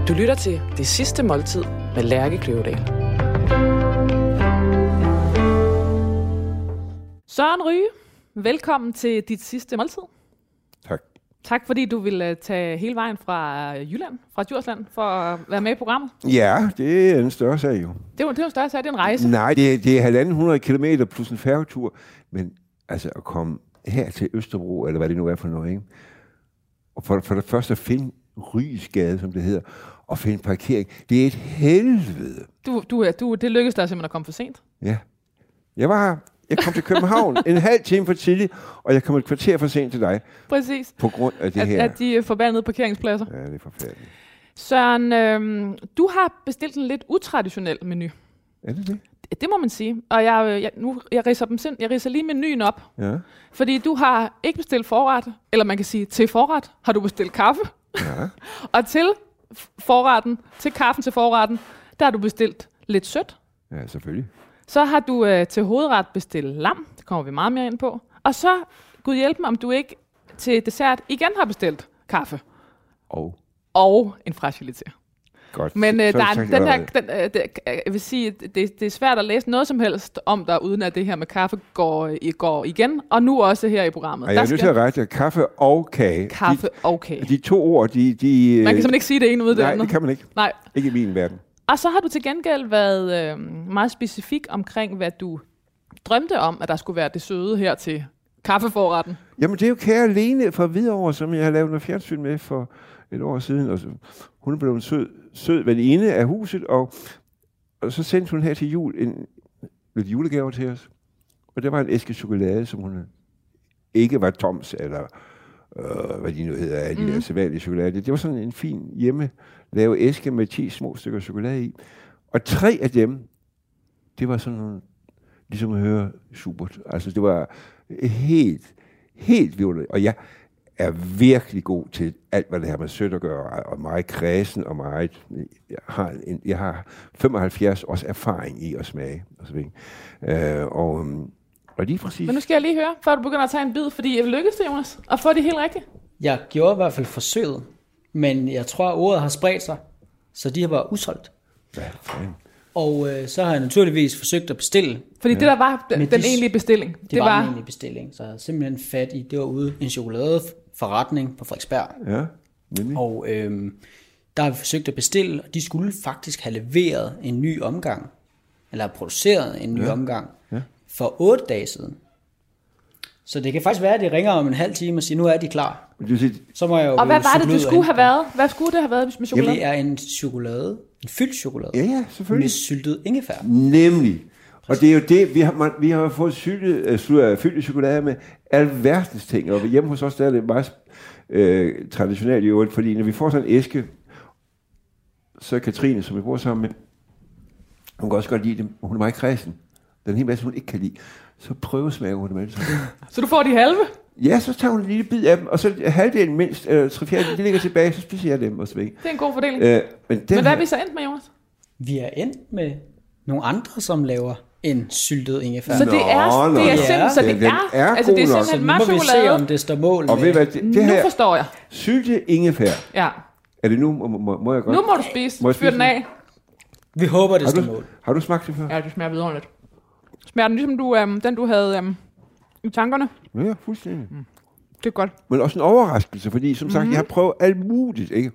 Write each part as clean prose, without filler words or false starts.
Du lytter til Det Sidste Måltid med Lærke Kløvedal. Søren Ryge, velkommen til Dit Sidste Måltid. Tak. Tak fordi du ville tage hele vejen fra Jylland, fra Djursland, for at være med i programmet. Ja, det er en større sag jo. Det er en større sag, det er en rejse. Nej, det er 1.500 kilometer plus en færgetur. Men altså at komme her til Østerbro, eller hvad det nu er for noget, ikke? Og for det første at finde Ryesgade, som det hedder, og finde parkering. Det er et helvede. Det lykkedes dig simpelthen at komme for sent. Ja. Jeg kom til København en halv time for tidligt, og jeg kom et kvarter for sent til dig. Præcis. På grund af det her. At de forbandede parkeringspladser. Ja, det er forfærdeligt. Søren, du har bestilt en lidt utraditionel menu. Er det det? Det må man sige. Og jeg ridser lige menuen op. Ja. Fordi du har ikke bestilt forret, eller man kan sige til forret, har du bestilt kaffe. Ja. Og til forretten, til kaffen til forretten, der har du bestilt lidt sødt. Ja, selvfølgelig. Så har du til hovedret bestilt lam. Det kommer vi meget mere ind på. Og så, Gud hjælp mig, om du ikke til dessert igen har bestilt kaffe. Og en fraiche. Godt. Men jeg vil sige, det er svært at læse noget som helst om dig, uden at det her med kaffe går igen. Og nu også her i programmet. Jeg er nødt til at rette kaffe og kage. Kaffe og kage. De to ord, de man kan simpelthen ikke sige det ene ud af det andet. Nej, det kan man ikke. Nej. Ikke i min verden. Og så har du til gengæld været meget specifik omkring, hvad du drømte om, at der skulle være det søde her til kaffeforretten. Jamen, det er jo kære Lene fra Hvidovre, som jeg har lavet noget fjernsyn med for et år siden. Og så, hun er blevet en sød veninde af huset, og så sendte hun her til jul lidt julegaver til os. Og der var en æske chokolade, som hun ikke var Toms, eller hvad de nu hedder, af de der sædvanlige chokolade. Det var sådan en fin hjemmelavet æske med 10 små stykker chokolade i. Og 3 af dem, det var sådan nogle, ligesom at høre Schubert. Altså det var helt vildt. Og jeg er virkelig god til alt, hvad det har med sødt at gøre, og meget kredsen, og meget... Jeg har 75 års erfaring i at smage, og så videre. Og lige præcis... Men nu skal jeg lige høre, før du begynder at tage en bid, fordi jeg lykkedes det, Jonas, at få det helt rigtigt. Jeg gjorde i hvert fald forsøget, men jeg tror, at ordet har spredt sig, så de har været udsolgt. Hvad fanden? Og så har jeg naturligvis forsøgt at bestille. Fordi det der var den egentlige bestilling. Det var en egentlig bestilling, så jeg havde simpelthen fat i, det var ude en chokoladeforretning på Frederiksberg. Ja, nemlig. Og der har vi forsøgt at bestille, og de skulle faktisk have leveret en ny omgang, eller produceret en ny omgang, for 8 dage siden. Så det kan faktisk være, at de ringer om en halv time og siger, nu er de klar. Så må jeg jo og hvad var det, du skulle have været? Hvad skulle det have været med chokolade? Det er en chokolade, en fyldt chokolade. Ja, selvfølgelig. Med syltet ingefær. Nemlig. Og det er jo det, vi har fået fyldt chokolade med alverdens ting. Og hjemme hos os, der er det meget traditionelt i øvrigt, fordi når vi får sådan en æske, så er Katrine, som vi bor sammen med, hun kan også godt lide dem, og hun er meget kredsen. Den er en hel masse, hun ikke kan lide. Så prøvesmager hun dem alle sammen. Så du får de halve? Ja, så tager hun en lille bid af dem, og så halvdelen mindst, 3/4, de ligger tilbage, så spiser jeg dem og så væk. Det er en god fordeling. Men hvad er vi så endt med, Jonas? Vi er endt med nogle andre, som laver en syltet ingefær. Så det er simpelthen altså det er simpelthen mørk chokolade. Nu må vi se, om det står mål og med. Det her, nu forstår jeg. Sylte ingefær. Ja. Er det nu, må jeg godt? Nu må du spise. Fyr den af. Vi håber, det står mål. Har du smagt det før? Ja, det smager vidunderligt. Smager den ligesom den, du havde i tankerne? Ja, fuldstændig. Det er godt. Men også en overraskelse, fordi som sagt, jeg har prøvet alt muligt, ikke?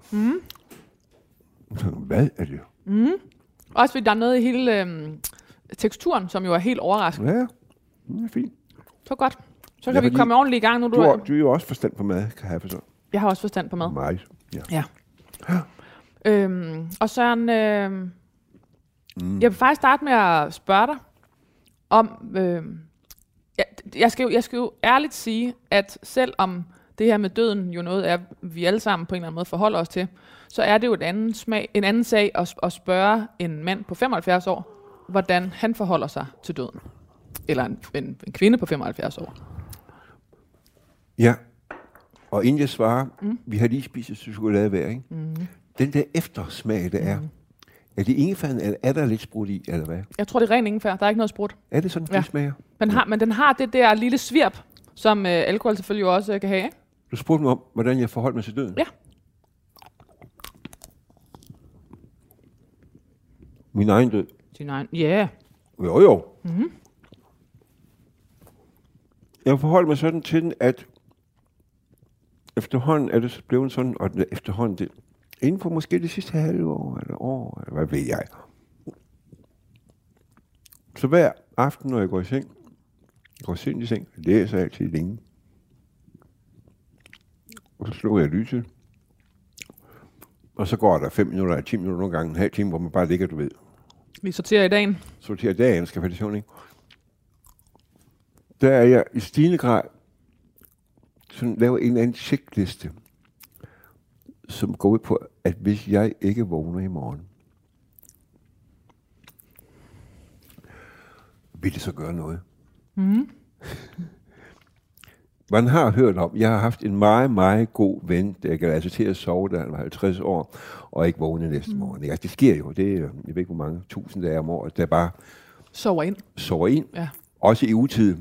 Hvad er det? Også fordi der er noget i hele teksturen, som jo er helt overraskende. Ja, det er fint. Så godt. Så kan vi komme ordentligt i gang. Nu du har jo også forstand på mad, kan jeg forstå. Jeg har også forstand på mad. Meget, ja. Og Søren, jeg vil faktisk starte med at spørge dig om... Jeg skal jo ærligt sige, at selvom det her med døden jo noget er, vi alle sammen på en eller anden måde forholder os til, så er det jo en anden sag at spørge en mand på 75 år, hvordan han forholder sig til døden. Eller en kvinde på 75 år. Ja, og inden jeg svarer, vi har lige spist et chokolade hver, ikke? Den der eftersmag, der er det ingefæren, eller er der lidt sprut i, eller hvad? Jeg tror, det er ren ingefær. Der er ikke noget sprut. Er det sådan, det smager? Men den har det der lille svirp, som alkohol selvfølgelig også kan have, ikke? Du spurgte mig om, hvordan jeg forholdt mig til døden? Ja. Min egen død. Din egen, ja. Jo. Mm-hmm. Jeg forholder mig sådan til den, at efterhånden er det blevet sådan, og efterhånden det, inden for måske det sidste halve år, eller år, eller hvad ved jeg. Så hver aften, når jeg går i seng, i seng, læser jeg altid længe. Og så slukker jeg lyset. Og så går der 5 minutter, eller 10 minutter, nogle gange en halv time, hvor man bare ligger, du ved. Vi sorterer i dagen. Sorterer dagen, skal jeg faktisk, ikke? Der er jeg i stigende grad sådan laver en eller anden checkliste, som går ud på, at hvis jeg ikke vågner i morgen, vil det så gøre noget? Mm. Man har hørt om, jeg har haft en meget, meget god ven, der kan altså til at sove, da han var 50 år, og ikke vågne næste morgen. Altså, det sker jo, det er, jeg ved ikke, hvor mange tusind dage om året, der bare sover ind. Ja. Også i utid.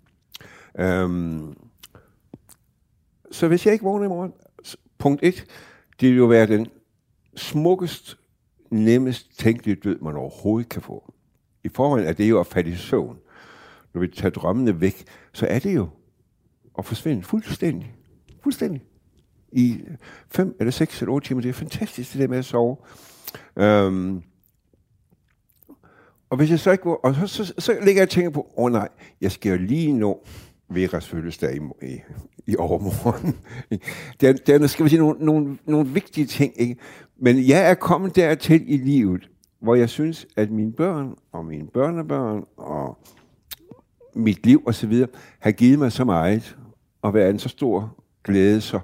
Så hvis jeg ikke vågner i morgen, punkt 1, det vil jo være den smukkest, nemmest tænkelige død, man overhovedet kan få. I forvejen er det jo at falde i søvn. Når vi tager drømmene væk, så er det jo at forsvinde fuldstændig. I 5 eller 6 eller 8 timer, det er fantastisk, det der med at sove. Og hvis jeg så ikke og så ligger jeg og tænker på, nej, jeg skal jo lige nå Veras fødselsdag i overmorgen. Der er, skal vi sige, nogle vigtige ting, ikke? Men jeg er kommet dertil i livet, hvor jeg synes, at mine børn og mine børnebørn og mit liv og så videre har givet mig så meget og været en så stor glæde, så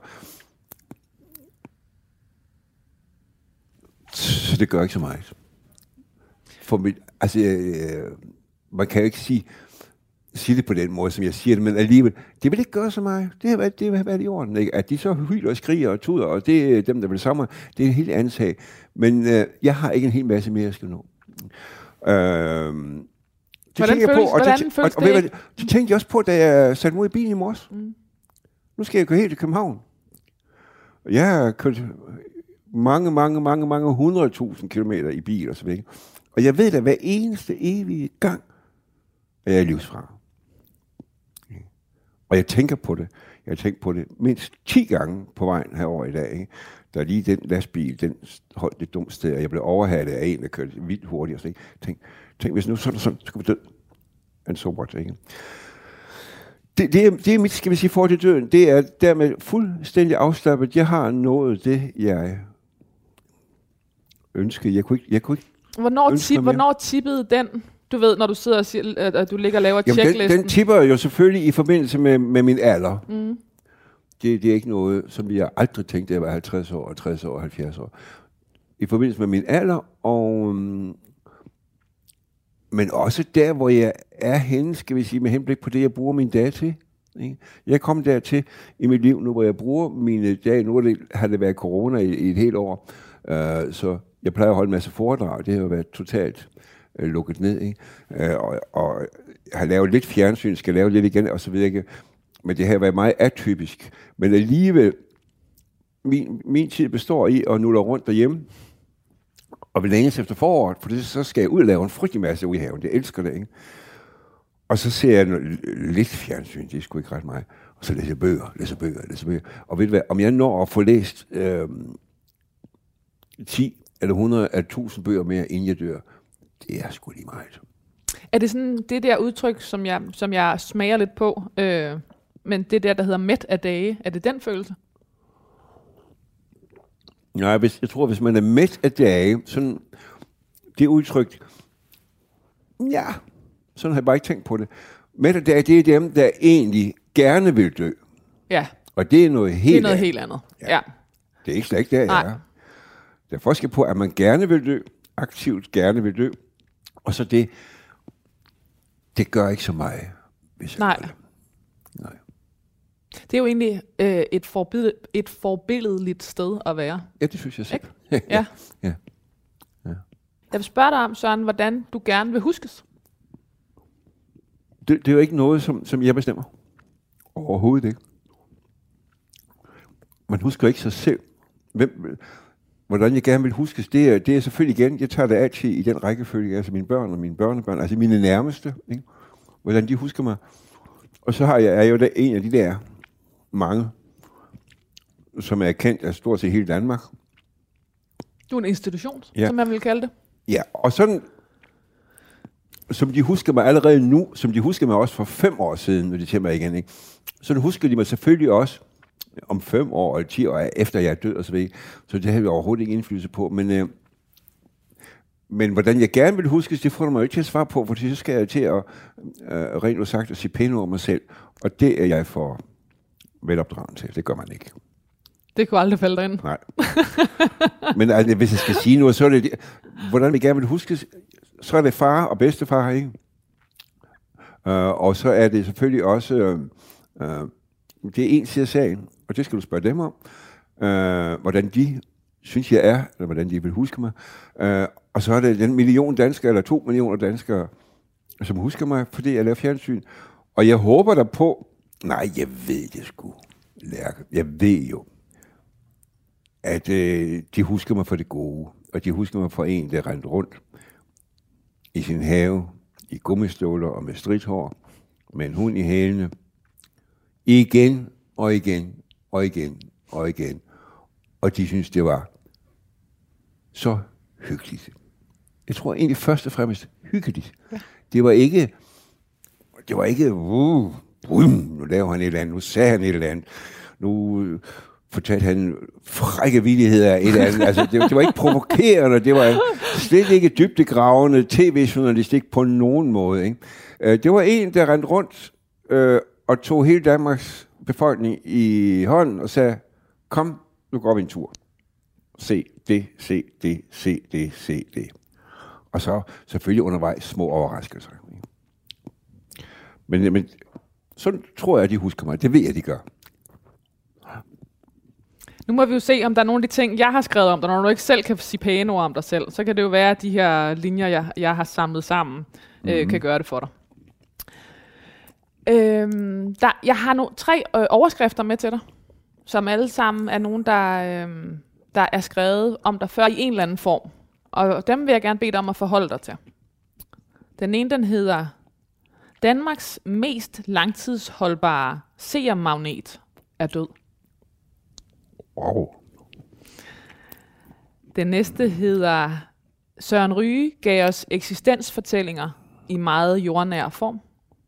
det gør ikke så meget. For mit, altså, man kan jo ikke sige det på den måde, som jeg siger det, men alligevel, det vil ikke gøre så meget. Det har været i orden, ikke? At de så hyler og skriger og tuder, og det er dem, der vil sammen, det er en helt anden sag. Men jeg har ikke en hel masse mere, jeg skal nå. Hvordan føles det? Det tænkte jeg også på, da jeg satte mig ud i bilen i morges. Nu skal jeg gå helt til København. Jeg har kørt mange 100.000 kilometer i bil og så videre. Og jeg ved da hver eneste evige gang, at jeg er livsfra. Og jeg tænker på det. Jeg har tænkt på det mindst 10 gange på vejen herover i dag. Ikke? Der er lige den lastbil, den holdt et dumt sted, og jeg blev overhalet af en, der kørte vildt hurtigt. Og sådan. Tænk, hvis nu sådan, så skulle vi dø. And so what, ikke? Det er mit, skal vi sige, forhold til døden. Det er dermed fuldstændig afslappet. Jeg har nået det, jeg ønskede. Jeg kunne ikke Hvornår tippede den? Du ved, når du sidder og siger, at du ligger og laver checklisten. Den tipper jo selvfølgelig i forbindelse med min alder. Mm. Det er ikke noget, som jeg aldrig tænkte, at jeg var 50 år, 60 år, 70 år. I forbindelse med min alder, men også der, hvor jeg er henne, skal vi sige, med henblik på det, jeg bruger min dage til. Ikke? Jeg er kommet dertil i mit liv nu, hvor jeg bruger mine dage. Nu har det været corona i et helt år, så jeg plejer at holde en masse foredrag. Det har jo været totalt lukket ned. Ikke? Og jeg har lavet lidt fjernsyn, skal lave lidt igen, og så videre. Men det har været meget atypisk. Men alligevel, min tid består i at nulle rundt derhjemme, og vil længes efter foråret, for det, så skal jeg ud og lave en frygtelig masse ude i haven. Det elsker det, ikke? Og så ser jeg lidt fjernsyn, det er sgu ikke ret meget. Og så læser jeg bøger. Og ved du hvad, om jeg når at få læst 10 eller 100 eller 1000 bøger mere, inden jeg dør, det er sgu lige meget. Er det sådan det der udtryk, som jeg smager lidt på, men det der hedder mæt af dage, er det den følelse? Nej, jeg tror, hvis man er mæt af dage, sådan det udtryk, ja, sådan har jeg bare ikke tænkt på det. Mæt af dage, det er dem, der egentlig gerne vil dø. Ja. Og det er noget helt andet. Ja. Det er ikke slet ikke der, jeg er. Der er forskel på, at man gerne vil dø, aktivt gerne vil dø, og så det gør ikke så meget, hvis jeg gør det. Nej. Det er jo egentlig et forbilledeligt sted at være. Ja, det synes jeg selv. Ja. Ja. Jeg vil spørge dig om, Søren, hvordan du gerne vil huskes. Det er jo ikke noget, som jeg bestemmer. Overhovedet ikke. Man husker ikke sig selv. hvordan jeg gerne vil huskes, det er selvfølgelig igen, jeg tager det altid i den rækkefølge, altså mine børn og mine børnebørn, altså mine nærmeste, ikke? Hvordan de husker mig. Og så er jeg jo en af de der mange, som er kendt af stort set hele Danmark. Du er en institution, som man vil kalde det. Ja, og sådan, som de husker mig allerede nu, som de husker mig også for 5 år siden, når de til mig igen, ikke? Så husker de mig selvfølgelig også om 5 år eller 10 år efter jeg er død og så videre. Så det har vi overhovedet ikke indflydelse på. Men hvordan jeg gerne vil huskes, det får du mig ikke til at svare på, for så skal jeg til at rent udsagt at sige pæne over mig selv. Og det er jeg for velopdragen til. Det gør man ikke. Det kunne aldrig falde derind. Nej. Men altså, hvis jeg skal sige noget, så er det, hvordan vi gerne vil huskes, så er det far og bedstefar, ikke? Og så er det selvfølgelig også, det er en side af sagen, og det skal du spørge dem om, hvordan de synes jeg er, eller hvordan de vil huske mig. Og så er det den 1 million danskere, eller 2 millioner danskere, som husker mig, fordi jeg laver fjernsyn. Og jeg håber der på, nej, jeg ved det sgu, Lærke. Jeg ved jo, at de husker mig for det gode, og de husker mig for en, der rendte rundt i sin have, i gummistøvler og med stridthår, med en hund i hælene, igen og igen og igen og igen. Og de synes, det var så hyggeligt. Jeg tror egentlig først og fremmest hyggeligt. Ja. Det var ikke, nu laver han et eller andet, nu sagde han et eller andet, nu fortalte han frække vildigheder af et eller andet. Altså, det var ikke provokerende, det var slet ikke dybdegravende tv-journalistik på nogen måde. Ikke? Det var en, der rendte rundt og tog hele Danmarks befolkning i hånden og sagde, kom, nu går vi en tur. Se det, se det, se det, se det. Og så selvfølgelig undervejs små overraskelser. Men sådan tror jeg, at de husker mig. Det ved jeg, de gør. Nu må vi jo se, om der er nogle af de ting, jeg har skrevet om dig, når du ikke selv kan sige pæne ord om dig selv. Så kan det jo være, at de her linjer, jeg har samlet sammen, kan gøre det for dig. Jeg har 3 overskrifter med til dig, som alle sammen er nogen, der er skrevet om dig før i en eller anden form. Og dem vil jeg gerne bede dig om at forholde dig til. Den ene, den hedder Danmarks mest langtidsholdbare seermagnet er død. Wow. Den næste hedder Søren Ryge gav os eksistensfortællinger i meget jordnær form.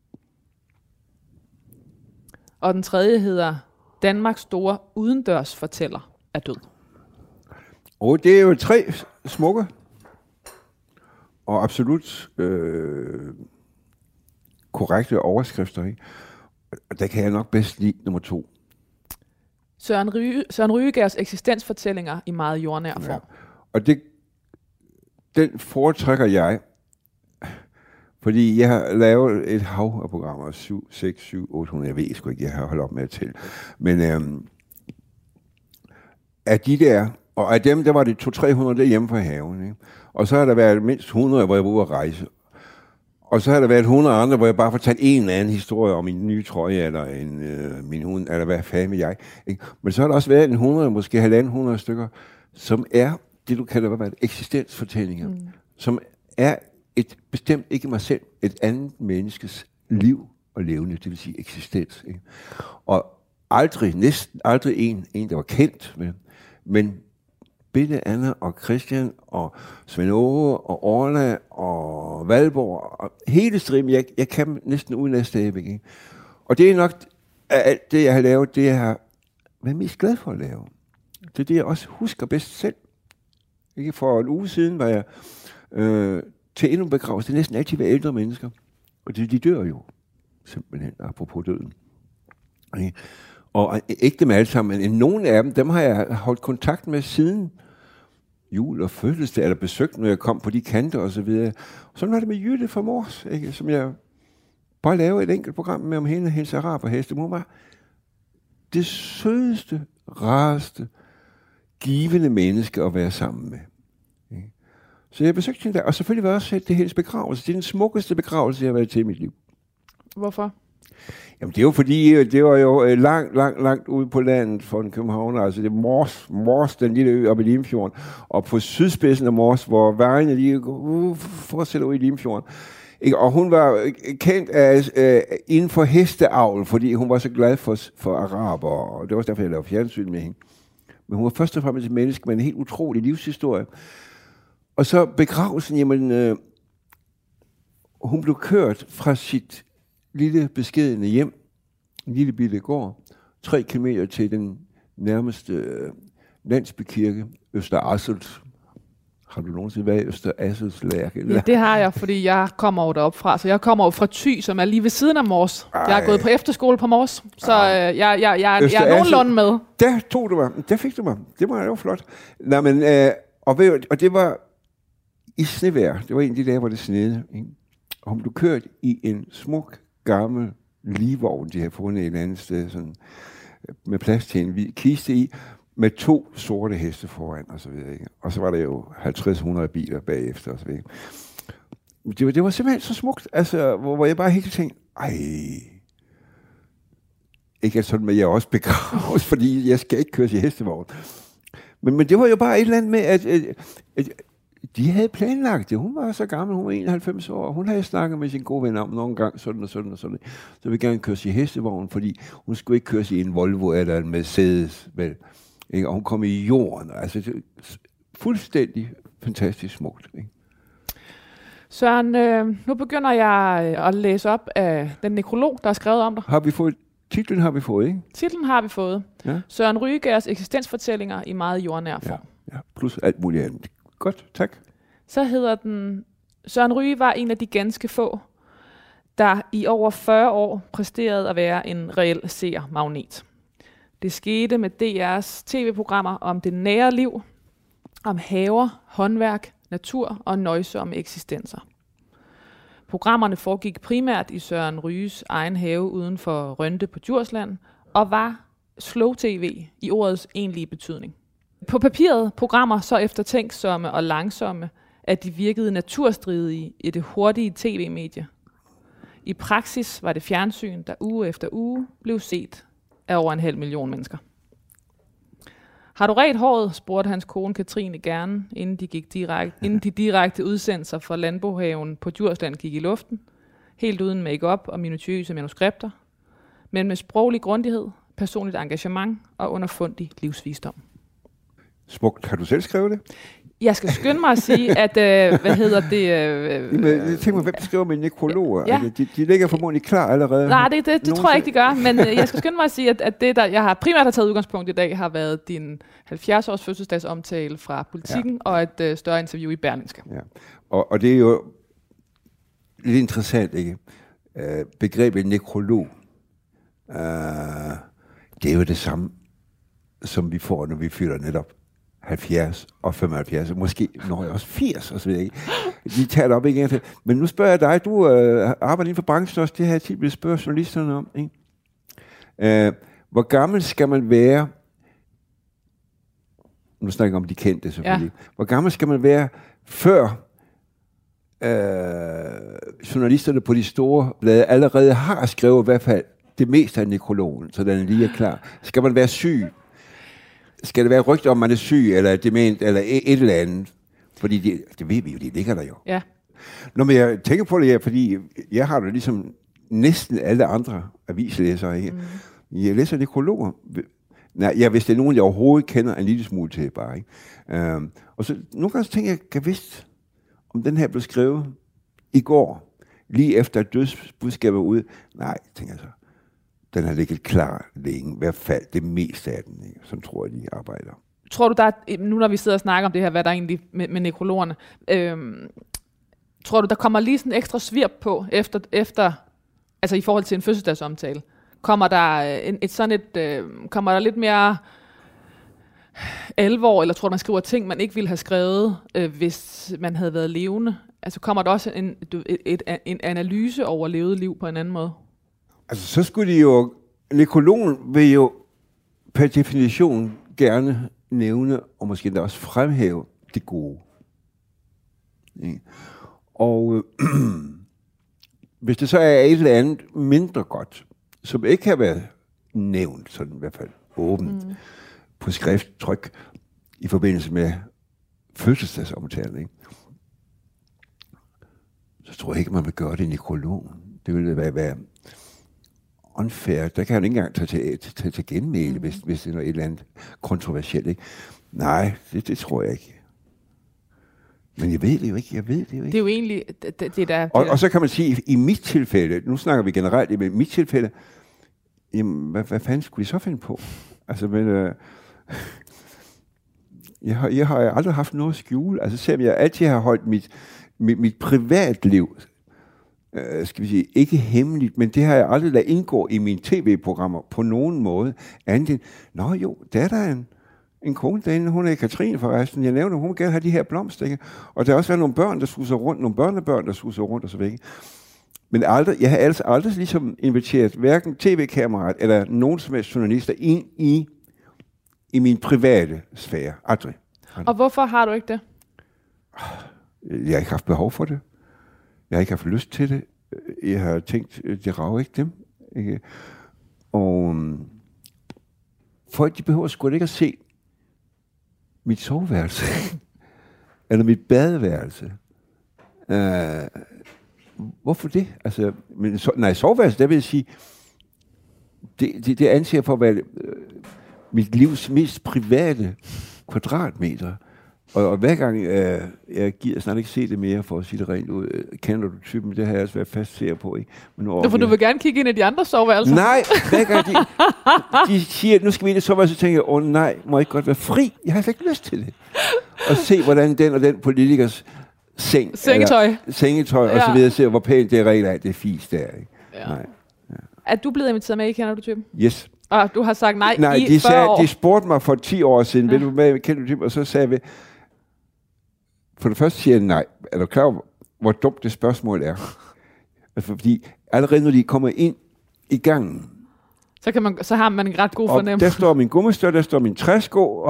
Og den tredje hedder Danmarks store udendørsfortæller er død. Og det er jo 3 smukke og absolut korrekte overskrifter, ikke? Og der kan jeg nok bedst lide nummer 2. Søren Ryge gav os eksistensfortællinger i meget jordnær form. Ja. Og den foretrækker jeg, fordi jeg har lavet et hav af programmer, 7, 6, 7, 800, jeg ved sgu ikke, jeg har holdt op med at tælle. Men af de der, og af dem, der var det 200-300 derhjemme fra haven, ikke? Og så har der været mindst 100, hvor jeg var ude at rejse. Og så har der været 100 andre, hvor jeg bare fortalte en eller anden historie om min nye trøje, eller min hund, eller hvad fanden jeg. Ikke? Men så har der også været en 100, måske 1.500 stykker, som er det, du kalder eksistensfortællinger. Som er et bestemt, ikke mig selv, et andet menneskes liv og levende, det vil sige eksistens. Ikke? Og næsten aldrig en, der var kendt, men Bille, Anna og Christian og Svend Åge og Orla og Valborg og hele striben, jeg kan næsten uden at stadigvæk. Ikke? Og det er nok alt det, jeg har lavet, det jeg har været mest glad for at lave. Det er det, jeg også husker bedst selv. Ikke? For en uge siden var jeg til endnu en begravelse. Det er næsten altid ved ældre mennesker. Og de dør jo simpelthen, apropos døden. Okay? Og ikke dem alle sammen, men nogle af dem har jeg holdt kontakt med siden jul og fødselsdag, eller besøgt, når jeg kom på de kanter og så videre. Sådan var det med Jytte fra Mors, ikke? Som jeg bare lavede et enkelt program med om hende, hendes araberheste. Hun var det sødeste, rareste, givende menneske at være sammen med. Ikke? Så jeg besøgte hende der, og selvfølgelig var også det hendes begravelse. Det er den smukkeste begravelse, jeg har været til i mit liv. Hvorfor? Jamen, det er jo fordi, det var jo langt ude på landet for en københavner. Altså, det er Mors, den lille ø oppe i Limfjorden. Og på sydspidsen af Mors, hvor vejene lige fortsætter ud i Limfjorden. Og hun var kendt inden for hesteavl, fordi hun var så glad for araber. Og det var derfor, jeg lavede fjernsyn med hende. Men hun var først og fremmest et menneske med en helt utrolig livshistorie. Og så begravelsen, jamen, hun blev kørt fra sit lille beskedne hjem, en lille bitte gård, 3 kilometer til den nærmeste landsbykirke, Øster Asselt. Har du nogensinde været i Øster Assels Lærke? Ja, det har jeg, fordi jeg kommer jo deroppe fra. Så jeg kommer jo fra Thy, som er lige ved siden af Mors. Jeg har gået på efterskole på Mors, så jeg er nogenlunde med. Der tog du mig. Der fik du mig. Det var jo flot. Nej, men, og det var i snevejr. Det var en af de dage, hvor det snede. Ikke? Og hun blev kørt i en smuk, gammel livvogn, de havde fundet et eller andet sted, sådan, med plads til en hvid kiste i, med 2 sorte heste foran, og så videre, ikke? Og så var der jo 50-100 biler bagefter, og så videre. Det var simpelthen så smukt, altså, hvor jeg bare helt tænkte, ikke sådan, men jeg er også begravet, fordi jeg skal ikke køre til hestevogn. Men det var jo bare et eller andet med, at de havde planlagt det. Hun var så gammel, hun var 91 år, og hun havde snakket med sin gode ven om nogle gange, sådan og sådan og sådan. Så ville gerne køre i hestevogn, fordi hun skulle ikke køre i en Volvo eller en Mercedes, vel? Ikke? Og hun kom i jorden. Altså, det fuldstændig fantastisk smukt. Ikke? Søren, nu begynder jeg at læse op af den nekrolog, der er skrevet om dig. Titlen har vi fået, ikke? Titlen har vi fået. Ja. Søren Rygaards eksistensfortællinger i meget jordnær form. Ja, plus alt muligt andet. Godt, tak. Så hedder den, Søren Ryge var en af de ganske få, der i over 40 år præsterede at være en reel seermagnet. Det skete med DR's tv-programmer om det nære liv, om haver, håndværk, natur og nøjsomme eksistenser. Programmerne foregik primært i Søren Ryges egen have uden for Rønde på Djursland, og var slow-tv i ordets egentlige betydning. På papiret programmer så eftertænksomme og langsomme, at de virkede naturstridige i det hurtige tv-medie. I praksis var det fjernsyn, der uge efter uge blev set af over 500.000 mennesker. Har du ret håret, spurgte hans kone Katrine gerne, inden de direkte udsendelser fra Landbohaven på Djursland gik i luften, helt uden make-up og minutiøse manuskripter, men med sproglig grundighed, personligt engagement og underfundig livsvisdom. Smukt. Har du selv skrevet det? Jeg skal skynde mig at sige, at, jeg tænker mig, hvem skriver med nekrologer? Ja. Altså, de ligger formodentlig klar allerede. Nej, det tror jeg ikke, de gør, men jeg skal skynde mig at sige, at det, der jeg har primært har taget udgangspunkt i dag, har været din 70-års fødselsdagsomtale fra Politikken, og et større interview i Berlingske. Ja. Og det er jo lidt interessant, ikke? Begrebet nekrolog, det er jo det samme, som vi får, når vi fylder netop 70 og 75, måske når jeg også 80 og så videre. De taler op igen. Men nu spørger jeg dig, du arbejder inden for branchen også, det her tit vil spørge journalisterne om. Ikke? Hvor gammel skal man være, nu snakker jeg om de kendte selvfølgelig, hvor gammel skal man være, før journalisterne på de store blade allerede har skrevet i hvert fald det meste af nekrologen, så den lige er klar. Skal man være syg? Skal det være rygter om, man er syg, eller dement, eller et eller andet? Fordi det ved vi jo, det ligger der jo. Ja. Nå, men jeg tænker på det, fordi jeg har det ligesom næsten alle andre avislæsere. Ikke? Jeg læser nekrologer. Nej, hvis det er nogen, jeg overhovedet kender en lille smule til, bare. Ikke? Og så nogle gange tænker jeg, kan vidst, om den her blev skrevet i går, lige efter dødsbudskabet var ude. Nej, tænker jeg så. Den har ligget klar længe, i hvert fald det meste af den, ikke? Som tror jeg, de arbejder. Tror du, nu når vi sidder og snakker om det her, hvad der egentlig med nekrologerne, tror du, der kommer lige sådan en ekstra svirp på, efter altså i forhold til en fødselsdagsomtale? Kommer der kommer der lidt mere alvor, eller tror du, man skriver ting, man ikke ville have skrevet, hvis man havde været levende? Altså kommer der også en analyse over levet liv på en anden måde? Altså, så skulle de jo... Nekrologen vil jo per definition gerne nævne, og måske endda også fremhæve det gode. Ja. Og hvis det så er et eller andet mindre godt, som ikke har været nævnt, sådan i hvert fald åbent, på skrifttryk i forbindelse med fødselsdagsomtalen, ikke? Så tror jeg ikke, man vil gøre det i nekrologen. Det ville være unfair. Der kan han ikke engang tage til genmæle, hvis det er noget et eller andet kontroversielt, ikke? Nej, det tror jeg ikke. Men jeg ved det jo ikke. Det er jo egentlig... Og så kan man sige, i mit tilfælde, nu snakker vi generelt, men i mit tilfælde, jamen, hvad fanden skulle vi så finde på? Altså, men... Jeg har aldrig haft noget at skjule. Altså, selvom jeg altid har holdt mit privatliv, skal vi sige, ikke hemmeligt, men det har jeg aldrig ladet indgå i mine tv-programmer på nogen måde. Andet end, nå jo, der er der en kone derinde, hun er Katrine forresten. Jeg nævner, hun vil gerne have de her blomster, ikke? Og der har også været nogle børn, der suser rundt, nogle børnebørn, der suser rundt og så væk. Men jeg har altså aldrig ligesom inviteret hverken tv-kameraet eller nogen som helst journalister ind i min private sfære. Aldrig. Og hvorfor har du ikke det? Jeg har ikke haft behov for det. Jeg har ikke haft lyst til det. Jeg har tænkt, det rager ikke dem. Ikke? Og folk, de behøver sgu ikke at se mit soveværelse. Eller mit badeværelse. Hvorfor det? Altså, soveværelse, der vil jeg sige, det anser for at være mit livs mest private kvadratmeter. Og hver gang jeg gider snart ikke se det mere, for at sige det rent ud. Kender du typen? Det har jeg også været fast ser på, ikke? Men for du vil gerne kigge ind i de andre soveværelser? Nej, hver gang de siger, nu skal vi ind i soveværelset, så tænker jeg, nej, må jeg ikke godt være fri? Jeg har ikke lyst til det. Og se, hvordan den og den politikers sengetøj og så videre, ser, hvor pænt det er regler af, det er fisk der, ikke? Ja. Nej. Ja. Er du blevet inviteret med i Kender du typen? Yes. Og du har sagt nej i 40 år? De spurgte mig for 10 år siden, ved du hvad, Kender du typen? Og så sagde vi, for det første siger jeg nej. Er du klar over, hvor dumt det spørgsmål er? Altså, fordi allerede når de kommer ind i gangen, så har man en ret god fornemmelse. Der står min gummistør, der står min træsko,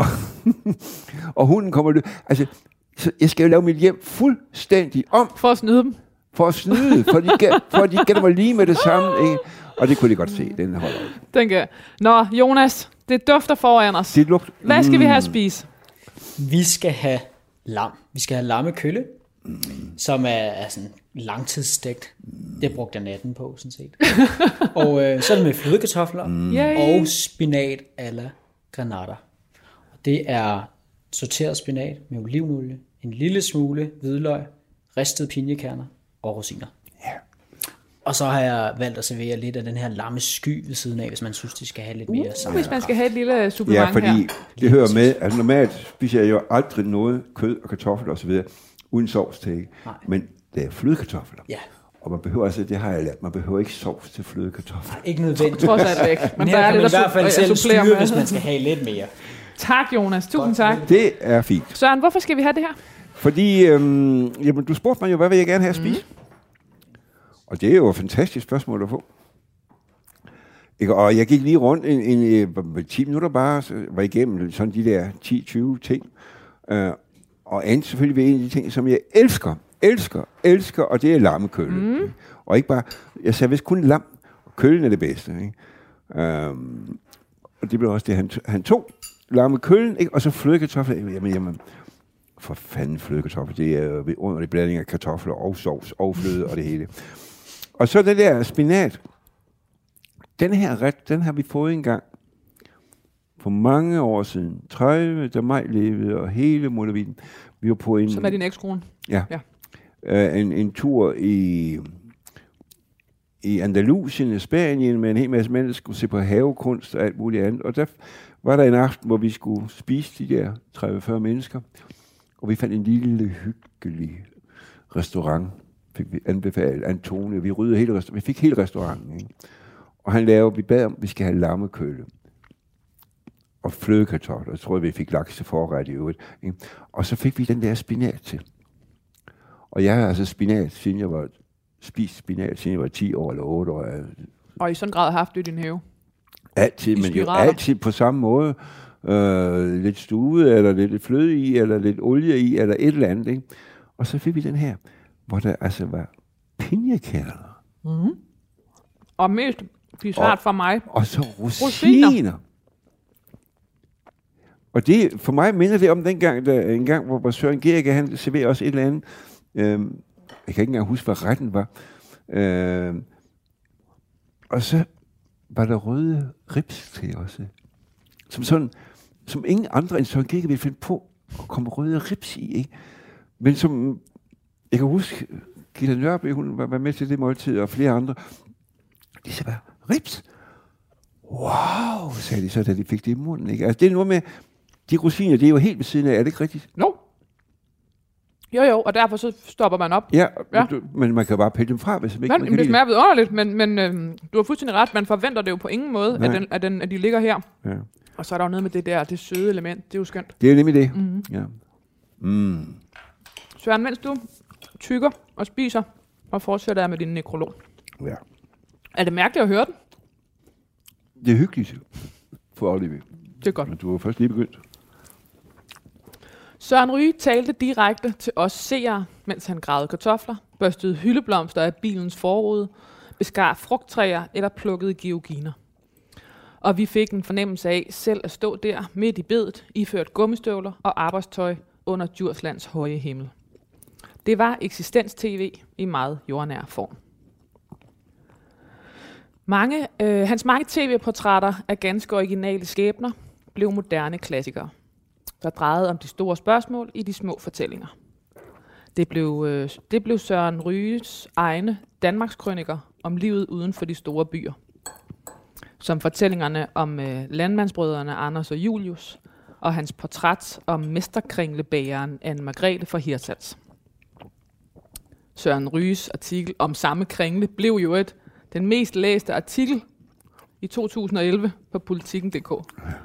og hunden kommer løb. Altså, så jeg skal jo lave mit hjem fuldstændig om. For at snyde dem? For at snyde, for de gætter mig lige med det samme, ikke? Og det kunne de godt se, den holder ikke. Tænker jeg. Nå, Jonas, det dufter foran os. Hvad skal vi have at spise? Vi skal have lam. Vi skal have lammekølle, som er sådan langtidsstegt. Det brugte jeg natten på, sådan set. Og så er det med flødekartofler og spinat a la granater. Det er sorteret spinat med olivenolie, en lille smule hvidløg, ristede pinjekerner og rosiner. Yeah. Og så har jeg valgt at servere lidt af den her lammesky ved siden af, hvis man synes, de skal have lidt mere sammen. Hvis man skal have et lille supplement her. Ja, fordi det hører med. Altså normalt spiser jeg jo aldrig noget kød og kartofler osv. uden sovs til. Men det er flødekartofler. Ja. Og man behøver altså, det har jeg lært, man behøver ikke sovs til flødekartofler. Ikke nødvendigt. Trods alt ikke. Men her kan man i hvert fald selv styre, hvis man skal have lidt mere. Tak, Jonas. Tusind tak. Det er fint. Søren, hvorfor skal vi have det her? Fordi, jamen, du spurgte mig jo, hvad vil jeg gerne have at spise? Og det er jo et fantastisk spørgsmål at få. Ikke? Og jeg gik lige rundt en 10 minutter bare, så var igennem sådan de der 10-20 ting. Og endte selvfølgelig ved en af de ting, som jeg elsker, og det er lammekølle. Og ikke bare, jeg sagde vist kun lam, og køllen er det bedste. Ikke? Og det blev også det, han tog. Lammekøllen, ikke? Og så flødekartofler. Jamen, for fanden flødekartofler, det er jo underlig blanding af kartofler og sovs og fløde og det hele. Og så den der spinat. Den her ret, den har vi fået engang for mange år siden. 30, da mig levede, og hele muligheden. Vi var på en... Som er din ekskone? Ja. En tur i Andalusien, i Spanien, med en hel masse mennesker, skulle se på havekunst og alt muligt andet. Og der var der en aften, hvor vi skulle spise de der 30-40 mennesker. Og vi fandt en lille, hyggelig restaurant. Fik vi anbefalet Antonio. Vi ryddede hele restauranten. Vi fik hele restauranten. Ikke? Og vi bad om, at vi skal have lammekølle. Og flødekartofler. Jeg tror, vi fik laks til forret i øvrigt. Ikke? Og så fik vi den der spinat til. Og jeg har altså siden jeg var 10 år eller 8 år. Og i sådan grad haft det i din have? Altid, men jo altid på samme måde. Lidt stude, eller lidt fløde i, eller lidt olie i, eller et eller andet. Ikke? Og så fik vi den her, hvor der altså var pinjekerner. Og mest blive svært for mig. Og så rosiner. Og det, for mig minder det om en gang, hvor Søren Gericke, han serverer også et eller andet. Jeg kan ikke engang huske, hvad retten var. Og så var der røde ribs til også. Som ingen andre end Søren Gericke ville finde på at komme røde ribs i, ikke? Men som, jeg kan huske, Gita Nørby, hun var med til det måltid, og flere andre. De sagde bare, ribs? Wow, sagde de så, da de fik det i munden, ikke? Altså, det er noget med, de rosiner, det er jo helt ved siden af, er det ikke rigtigt? No. Jo, og derfor så stopper man op. Ja. Men man kan bare pille dem fra, hvis man ikke kan det smager vidunderligt, men du har fuldstændig ret. Man forventer det jo på ingen måde, at de ligger her. Ja. Og så er der jo noget med det søde element. Det er jo skønt. Det er nemlig det. Mm-hmm. Ja. Søren, mens du tykker og spiser, og fortsætter med din nekrolog. Ja. Er det mærkeligt at høre den? Det er hyggeligt for Oliver. Det er godt. Men du har først lige begyndt. Søren Ryge talte direkte til os seere, mens han gravede kartofler, børstede hyldeblomster af bilens forrude, beskar frugttræer eller plukkede georginer. Og vi fik en fornemmelse af selv at stå der midt i bedet, iført gummistøvler og arbejdstøj under Djurslands høje himmel. Det var eksistens-tv i meget jordnær form. Hans mange tv-portrætter af ganske originale skæbner blev moderne klassikere, der drejede om de store spørgsmål i de små fortællinger. Det blev Søren Ryges egne Danmarkskrøniker om livet uden for de store byer. Som fortællingerne om landmandsbrødrene Anders og Julius, og hans portræt om mesterkringlebageren Anne Margrethe fra Hirtshals. Søren Ryges artikel om samme kringle blev jo den mest læste artikel i 2011 på Politiken.dk.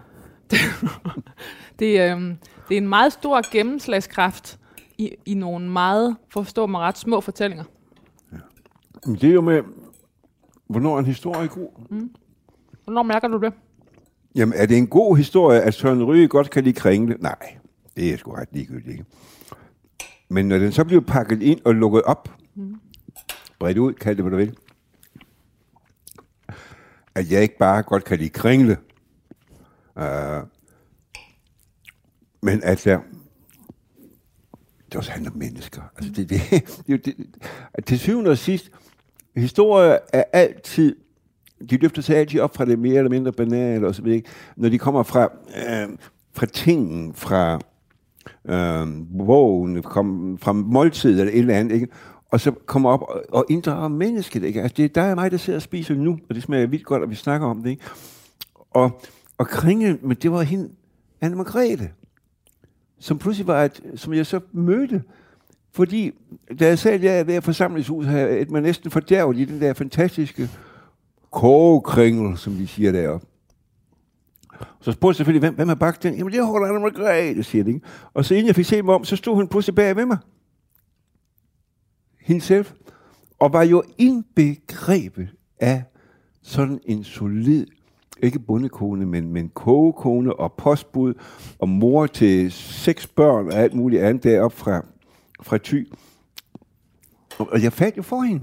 Det er en meget stor gennemslagskraft i nogle meget, forstår mig ret, små fortællinger. Ja. Det er jo med, hvornår en historie er god. Hvornår mærker du det? Jamen, er det en god historie, at Søren Ryge godt kan lide kringle? Nej, det er sgu ret ligegyldigt, ikke? Men når den så bliver pakket ind og lukket op, bredt ud, kald det, hvad du vil, at jeg ikke bare godt kan lide kringle, men at det også handler om mennesker. Altså det, til syvende og sidst, historier er altid, de løfter sig altid op fra det mere eller mindre banale og så videre, når de kommer fra tingen, fra bogen, fra måltid eller et eller andet, ikke? Og så kommer op og inddrager mennesket, ikke? Altså det er dig og mig, der sidder og spiser nu, og det smager vildt godt, og vi snakker om det, ikke? Og kringle, men det var hende, Anne Margrethe, som pludselig var som jeg så mødte, fordi da jeg sagde, at jeg er ved at forsamlingshus, havde et man næsten fordærvet i den der fantastiske kogekringle, som de siger deroppe. Så spurgte jeg selvfølgelig, hvem har bagt den? Jamen det holder Anne Margrethe, siger det, ikke? Og så inden jeg fik set mig om, så stod hun pludselig bag ved mig. Hende selv. Og var jo indbegrebet af sådan en solid, ikke bondekone, men kogekone og postbud og mor til 6 børn og alt muligt andet deroppe fra Thy. Og jeg faldt jo for hende.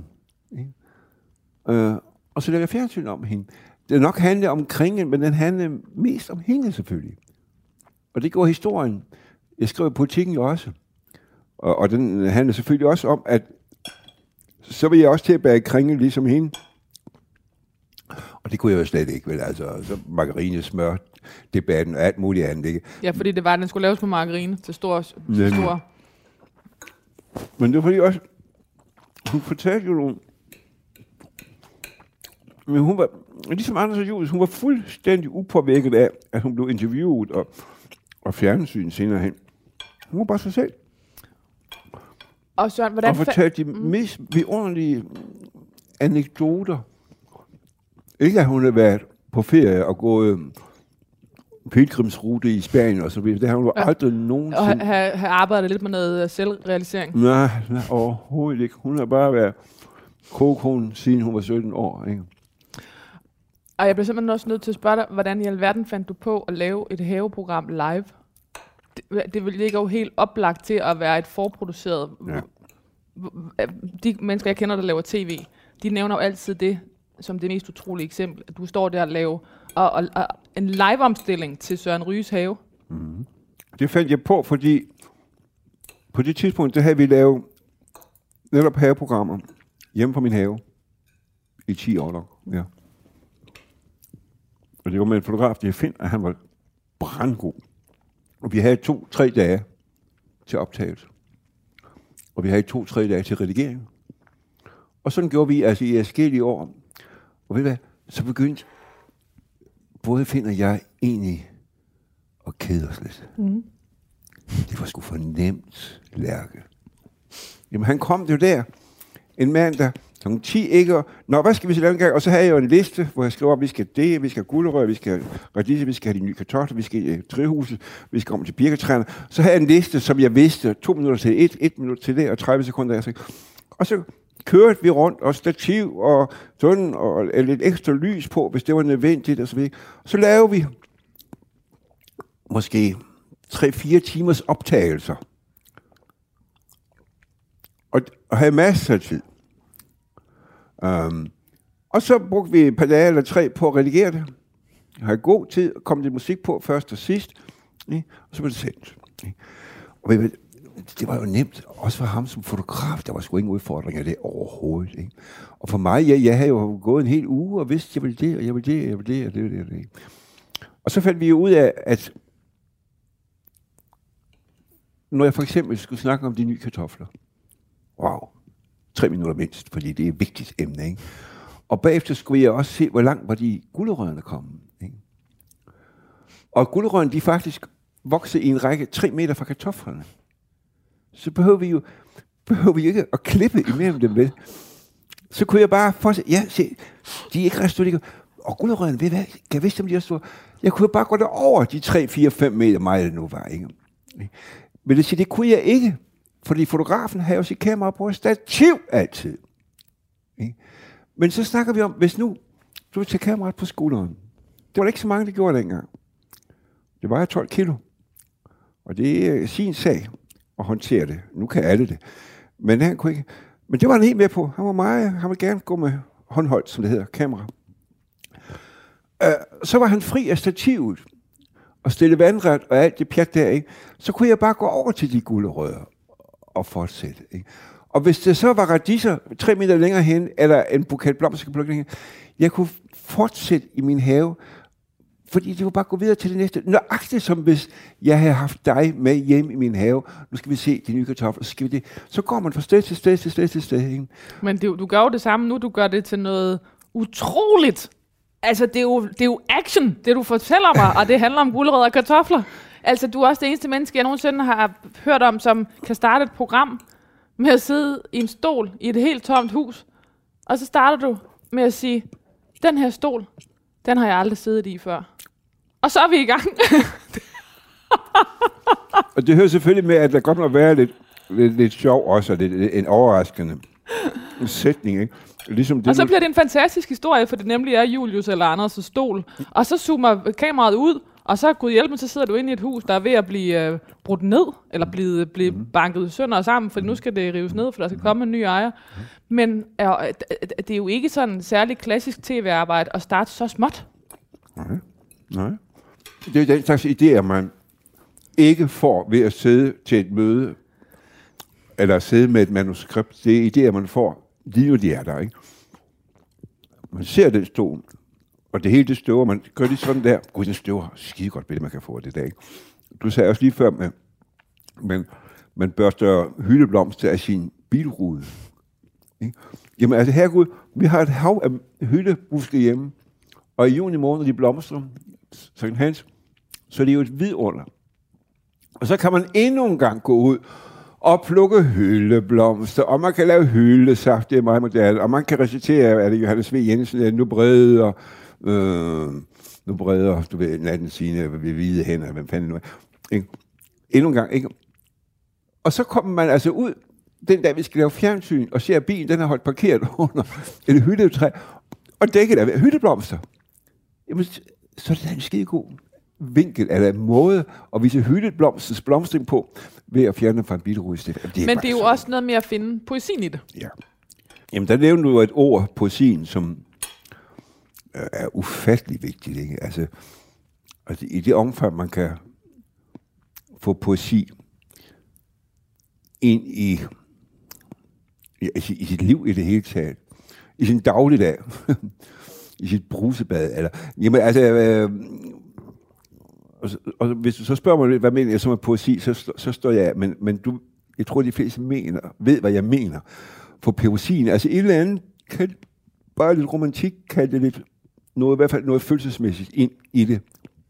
Og så lavede jeg fjernsyn om hende. Det nok handler om kringen, men den handler mest om hende selvfølgelig. Og det går historien. Jeg skrev i Politiken jo også. Og den handler selvfølgelig også om, at så vil jeg også til at bære kringen ligesom hende. Og det kunne jeg jo slet ikke, vel? Altså, så margarine, smør, debatten og alt muligt andet, ikke? Ja, fordi det var, at den skulle laves på margarine til stor. Men det var fordi også, hun fortalte jo nogle, men hun var, ligesom Anders og Julius, hun var fuldstændig upåvirket af, at hun blev interviewet og fjernsyn senere hen. Hun var bare sig selv. Og Søren, hvordan og fortalte de mest vidunderlige anekdoter. Ikke at hun havde været på ferie og gået pilgrimsrute i Spanien og så videre. Det har hun aldrig nogensinde. Og have arbejdet lidt med noget selvrealisering. Nej, overhovedet ikke. Hun har bare været kogekone, siden hun var 17 år. Ikke? Og jeg bliver simpelthen også nødt til at spørge dig, hvordan i alverden fandt du på at lave et haveprogram live? Det ligger jo helt oplagt til at være et forproduceret. Ja. De mennesker, jeg kender, der laver tv, de nævner jo altid det som det mest utrolige eksempel, at du står der og laver og en live-omstilling til Søren Ryges have. Mm. Det fandt jeg på, fordi på det tidspunkt, der havde vi lavet netop haveprogrammer hjemme på min have i 10 år. Ja. Og det var med en fotograf, der Finn, at han var brandgod. Og vi havde 2-3 dage til optagelse. Og vi havde 2-3 dage til redigering. Og sådan gjorde vi altså i forskellige år. Og ved du hvad, så begyndte både Finn og jeg egentlig at kede os lidt. Mm. Det var sgu for nemt, Lærke. Jamen han kom jo der, en mandag, kl. 10 ikke, nå, hvad skal vi så lave en gang? Og så havde jeg jo en liste, hvor jeg skrev op, vi skal det, vi skal have gulerødder, vi skal have radise, vi skal have de nye kartofler, vi skal have træhuset, vi skal om til birketræerne. Så havde jeg en liste, som jeg vidste, 2 minutter til 1 minut til det, og 30 sekunder. Og så kørte vi rundt, og stativ, og sådan, og lidt ekstra lys på, hvis det var nødvendigt, og så videre. Så lavede vi måske 3-4 timers optagelser. Og havde masser af tid. Og så brugte vi et par dage eller 3 på at redigere det. Jeg havde god tid, og kom det musik på først og sidst, ikke? Og så blev det sendt. Ikke? Og det var jo nemt, også for ham som fotograf, der var sgu ingen udfordring af det overhovedet. Ikke? Og for mig, jeg havde jo gået en hel uge og vidste, jeg ville det, og jeg ville det, og jeg ville det, og det, og det. Og så fandt vi jo ud af, at når jeg for eksempel skulle snakke om de nye kartofler, wow, 3 minutter mindst, fordi det er et vigtigt emne, ikke? Og bagefter skulle jeg også se, hvor langt var de gulerødderne kommet, ikke? Og gulerødderne, de faktisk voksede i en række 3 meter fra kartoflerne. Så behøver vi jo ikke at klippe imellem dem, vel? Så kunne jeg bare fortsætte, ja, se, de er ikke ret store, og gulerødderne, ved hvad, kan jeg vidste, om de er store? Jeg kunne bare gå derover de 3, 4, 5 meter, meget det nu var, ikke? Men det kunne jeg ikke, fordi fotografen havde jo sit kamera på et stativ altid. Ikke? Men så snakker vi om, hvis nu du vil tage kameraet på skulderen. Det var ikke så mange, der gjorde dengang. Det var 12 kilo. Og det er sin sag at håndtere det. Nu kan alle det. Men han kunne ikke. Men det var han helt med på. Han ville gerne gå med håndholdt, som det hedder, kamera. Så var han fri af stativet og stille vandret og alt det pjat der, ikke? Så kunne jeg bare gå over til de gulerødder og fortsætte, ikke? Og hvis det så var radiser 3 meter længere hen, eller en buket blomster plukke hen, jeg kunne fortsætte i min have, fordi det var bare gå videre til det næste. Nøjagtigt som hvis jeg havde haft dig med hjem i min have. Nu skal vi se de nye kartofler, så skal vi det. Så går man fra sted til sted, ikke? Men du gør jo det samme nu, du gør det til noget utroligt. Altså, det er jo action, det du fortæller mig, og det handler om gulerødder og kartofler. Altså, du er også det eneste menneske, jeg nogensinde har hørt om, som kan starte et program med at sidde i en stol i et helt tomt hus. Og så starter du med at sige, den her stol, den har jeg aldrig siddet i før. Og så er vi i gang. Og det hører selvfølgelig med, at der godt må være lidt sjov også, og en overraskende sætning, ikke? Ligesom det, og så bliver det en fantastisk historie, for det nemlig er Julius eller Anders' stol. Og så zoomer kameraet ud, og så gud hjælp mig, så sidder du inde i et hus, der er ved at blive brudt ned, eller blive banket sønder og sammen, for nu skal det rives ned, for der skal komme en ny ejer. Men det er jo ikke sådan særlig klassisk tv-arbejde at starte så småt. Nej. Det er den slags idéer, man ikke får ved at sidde til et møde, eller sidde med et manuskript. Det er idéer, man får lige nu de er der, ikke? Man ser den stol, og det hele det støver, man gør lige sådan der. Gud, den støver skide godt billede, man kan få det der, ikke? Du sagde også lige før, men man børster hyldeblomster af sin bilrude. Ikke? Jamen altså, herregud, vi har et hav af hyldebuske hjemme, og i juni måned, de blomstrer, så er det jo et vidunder. Og så kan man endnu en gang gå ud og plukke hyldeblomster, og man kan lave hyldesaft, det er meget moderne, og man kan recitere, at det Johannes V. Jensen, nu breder, du ved, natten sine ved hvide hænder, hvem fanden nu er. Ikke? Endnu en gang, ikke? Og så kommer man altså ud, den dag vi skal lave fjernsyn, og ser, at bilen, den har holdt parkeret under et hyldetræ, og dækket af hyldeblomster. Jamen, så er det en skide god vinkel, eller en måde at vise hyldeblomstens blomstring på, ved at fjerne fra en bilrude. Men det er jo også noget med at finde poesien i det. Ja. Jamen, der nævnte du et ord, poesien, som er ufattelig vigtigt. Ikke? Altså i det omfang, man kan få poesi ind i sit liv i det hele taget, i sin dagligdag, i sit brusebad, eller, jamen altså, og hvis du så spørger mig, hvad mener jeg så med poesi, så står jeg af, men jeg tror, de fleste ved, hvad jeg mener. For poesien, altså et eller andet, bare lidt romantik, kan det lidt, noget, i hvert fald noget følelsesmæssigt ind i det.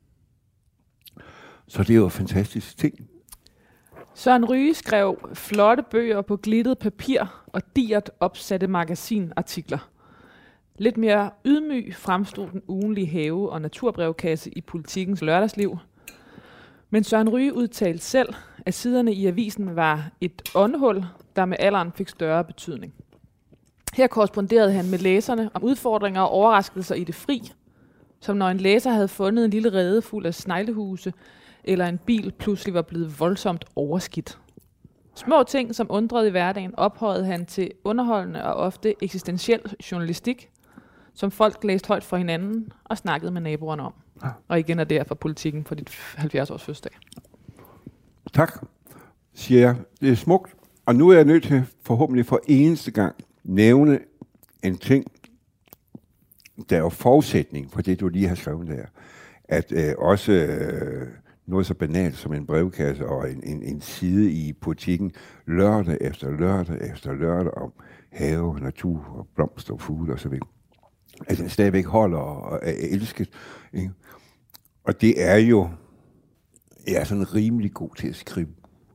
Så det er jo en fantastisk ting. Søren Ryge skrev flotte bøger på glittet papir og digert opsatte magasinartikler. Lidt mere ydmyg fremstod den ugenlige have- og naturbrevkasse i Politikens lørdagsliv. Men Søren Ryge udtalte selv, at siderne i avisen var et åndehul, der med alderen fik større betydning. Her korresponderede han med læserne om udfordringer og overraskelser i det fri, som når en læser havde fundet en lille rede fuld af sneglehuse, eller en bil pludselig var blevet voldsomt overskidt. Små ting, som undrede i hverdagen, ophøjede han til underholdende og ofte eksistentiel journalistik, som folk læste højt for hinanden og snakkede med naboerne om. Og igen er det her for Politikken på dit 70-års fødselsdag. Tak, siger jeg. Det er smukt. Og nu er jeg nødt til forhåbentlig for eneste gang nævne en ting, der er jo forudsætning for det, du lige har skrevet der. At også noget så banalt som en brevkasse og en side i Politikken lørdag efter lørdag om have, natur og blomster og fugle og så videre. Altså den stadigvæk holder og er elsket. Ikke? Og det er jo, jeg er sådan rimelig god til at skrive.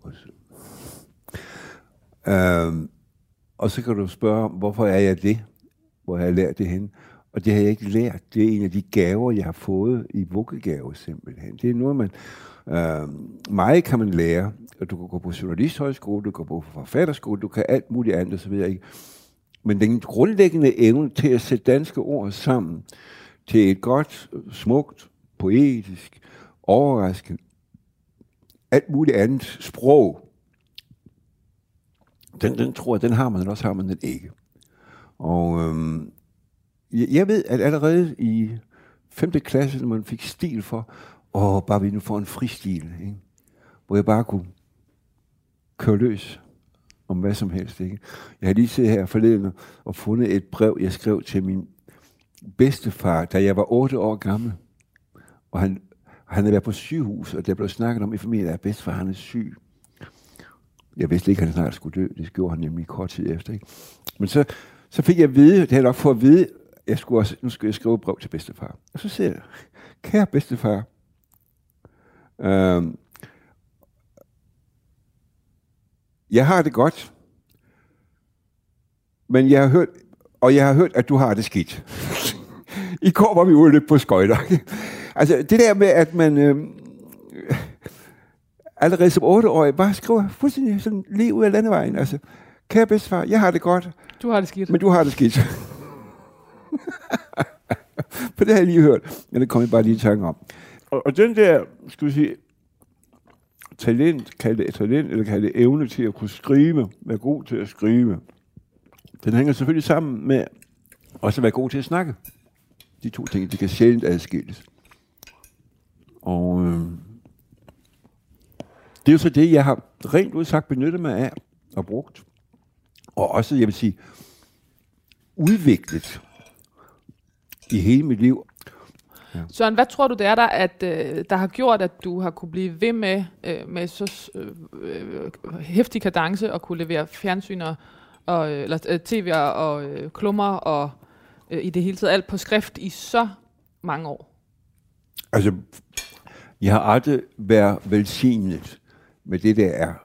Og så kan du spørge, hvorfor er jeg det? Hvor har jeg lært det hen? Og det har jeg ikke lært. Det er en af de gaver, jeg har fået i vuggegave simpelthen. Det er noget, man... meget kan man lære. Du kan gå på journalisthøjskole, du kan gå på forfatterskole, du kan alt muligt andet, så ved jeg ikke. Men den grundlæggende evne til at sætte danske ord sammen til et godt, smukt, poetisk, overraskende, alt muligt andet sprog, den tror jeg, den har man, også har man den ikke. Og jeg ved, at allerede i 5. klasse, når man fik stil for, bare vi nu får en fristil, ikke? Hvor jeg bare kunne køre løs om hvad som helst. Ikke? Jeg har lige siddet her forleden og fundet et brev, jeg skrev til min bedstefar, da jeg var 8 år gammel. Og han havde været på sygehus, og der blev snakket om i familien, at bedstefar han er syg. Jeg vidste ikke, at han snart skulle dø. Det gjorde han nemlig kort tid efter. Ikke? Men så fik jeg at vide, det havde nok for at vide, nu skulle jeg skrive et brev til bedstefar. Og så siger jeg, kære bedstefar, jeg har det godt, men jeg har hørt, at du har det skidt. I går var vi ude lidt på skøjter. Altså det der med, at man allerede som 8-årig bare skriver fuldstændig sådan lige ud af landevejen. Altså, kære bedstefar, jeg har det godt. Du har det skidt. Men du har det skidt. For det har jeg lige hørt. Men det kom jeg bare lige i tanke om. Og den der, skal vi sige, kalde det evne til at kunne skrive, være god til at skrive, den hænger selvfølgelig sammen med også at være god til at snakke. De to ting, de kan sjældent adskilles. Og det er jo så det, jeg har rent udsagt benyttet mig af og brugt. Og også, jeg vil sige, udviklet i hele mit liv. Ja. Søren, hvad tror du, det er der har gjort, at du har kunne blive ved med så heftig kadence og kunne levere fjernsyn eller tv og klummer og i det hele taget alt på skrift i så mange år? Altså, jeg har aldrig været velsignet med det, der er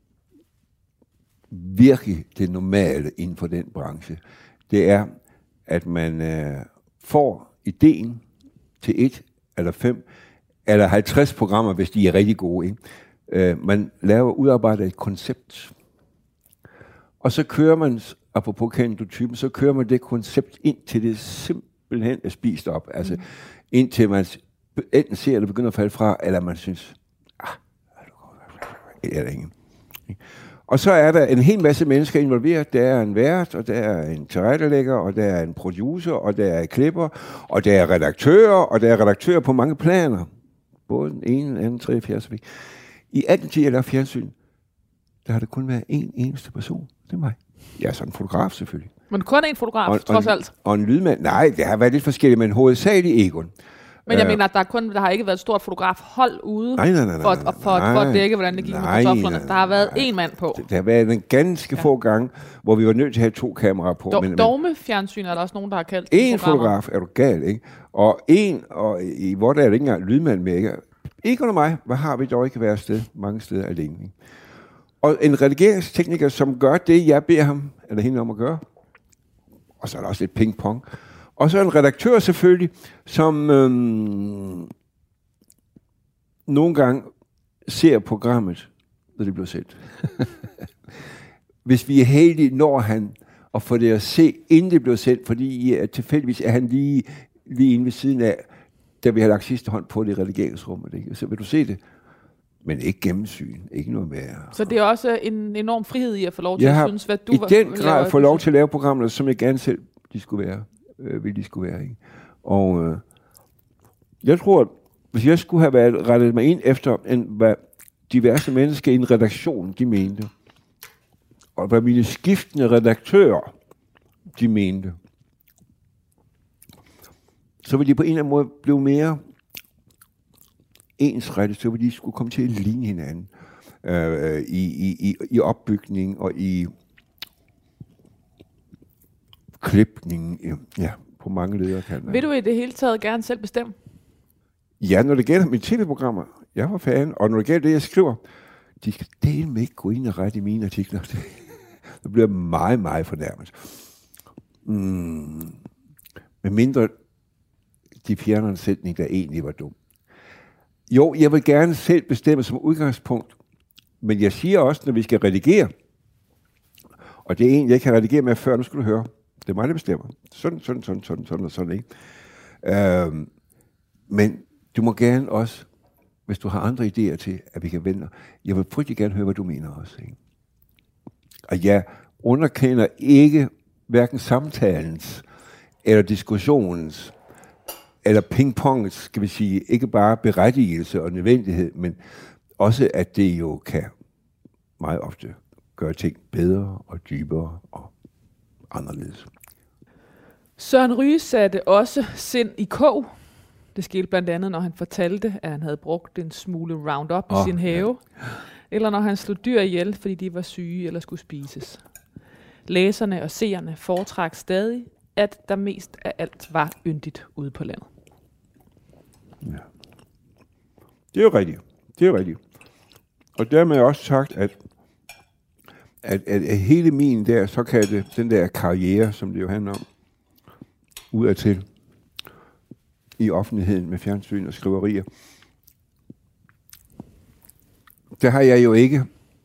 virkelig det normale inden for den branche. Det er, at man får ideen til 1 eller 5 eller 50 programmer, hvis de er rigtig gode. Ikke? Man udarbejder et koncept, og så kører man, apropos kendotypen, så kører man det koncept ind til det simpelthen er spist op. Altså indtil man enten ser, at det begynder at falde fra, eller man synes, er det ingen. Og så er der en hel masse mennesker involveret. Der er en vært, og der er en tilrettelægger, og der er en producer, og der er klipper, og der er redaktører, og der er redaktører på mange planer. Både den ene, den anden, tredje, fjerde, så vigtigt. I 18 jeg lavede fjernsyn, der har det kun været en eneste person. Det er mig. Jeg er sådan en fotograf selvfølgelig. Men kun en fotograf, trods alt. Og en lydmand. Nej, det har været lidt forskelligt, men hovedsageligt Egon. Men jeg mener, at der har ikke været et stort fotografhold ude for at dække, hvordan det gik med kartoflerne. Der har været én mand på. Der har været en ganske få gange, hvor vi var nødt til at have 2 kameraer på. Dogmefjernsyn er der også nogen, der har kaldt. En fotograf er du gal, ikke? Og i hvor der er det ikke engang lydmand med, ikke? Egon og mig, hvad har vi dog ikke været sted, mange steder alene, ikke? Og en redigeringstekniker, som gør det, jeg beder ham, eller hende om at gøre. Og så er der også lidt ping-pong. Og så en redaktør selvfølgelig, som nogle gange ser programmet, når det bliver sendt. Hvis vi er heldige, når han at få det at se, inden det bliver sendt, fordi tilfældigvis er han lige inde ved siden af, da vi har lagt sidste hånd på det i redigeringsrummet. Ikke? Så vil du se det, men ikke gennemsyn, ikke noget mere. Så det er også en enorm frihed i at få lov til at synes, hvad du i den grad få lov til at lave programmer, som jeg gerne selv de skulle være. Ikke? Og jeg tror, at hvis jeg skulle have været rettet mig ind efter, hvad diverse mennesker i en redaktion, de mente, og hvad mine skiftende redaktører, de mente, så ville de på en eller anden måde blive mere ensrettet, så ville de skulle komme til at ligne hinanden i opbygning og i klipning, ja, på mange lederkanter. Vil du i det hele taget gerne selv bestemme? Ja, når det gælder mine tv-programmer, jeg var fan, og når det gælder det, jeg skriver, de skal dele med ikke gå ind og rette i mine artikler. Det bliver meget, meget fornærmet. Med mindre de fjerner en sætning, der egentlig var dum. Jo, jeg vil gerne selv bestemme som udgangspunkt, men jeg siger også, når vi skal redigere, og det er en, jeg ikke har redigeret med før, nu skal du høre, det er mig, der bestemmer. Sådan, ikke? Men du må gerne også, hvis du har andre idéer til, at vi kan vende, jeg vil frygtelig gerne høre, hvad du mener også. Ikke? Og jeg underkender ikke hverken samtalens, eller diskussionens, eller pingpongens, skal vi sige, ikke bare berettigelse og nødvendighed, men også, at det jo kan meget ofte gøre ting bedre og dybere og anderledes. Søren Ryge satte også sind i kog. Det skete blandt andet, når han fortalte, at han havde brugt en smule Roundup i sin have, eller når han slog dyr ihjel, fordi de var syge eller skulle spises. Læserne og seerne foretrak stadig, at der mest af alt var yndigt ude på landet. Ja. Det er jo rigtigt. Og dermed også sagt, at hele min der såkaldte, den der karriere, som det jo handler om, udadtil i offentligheden med fjernsyn og skriverier, der har jeg jo ikke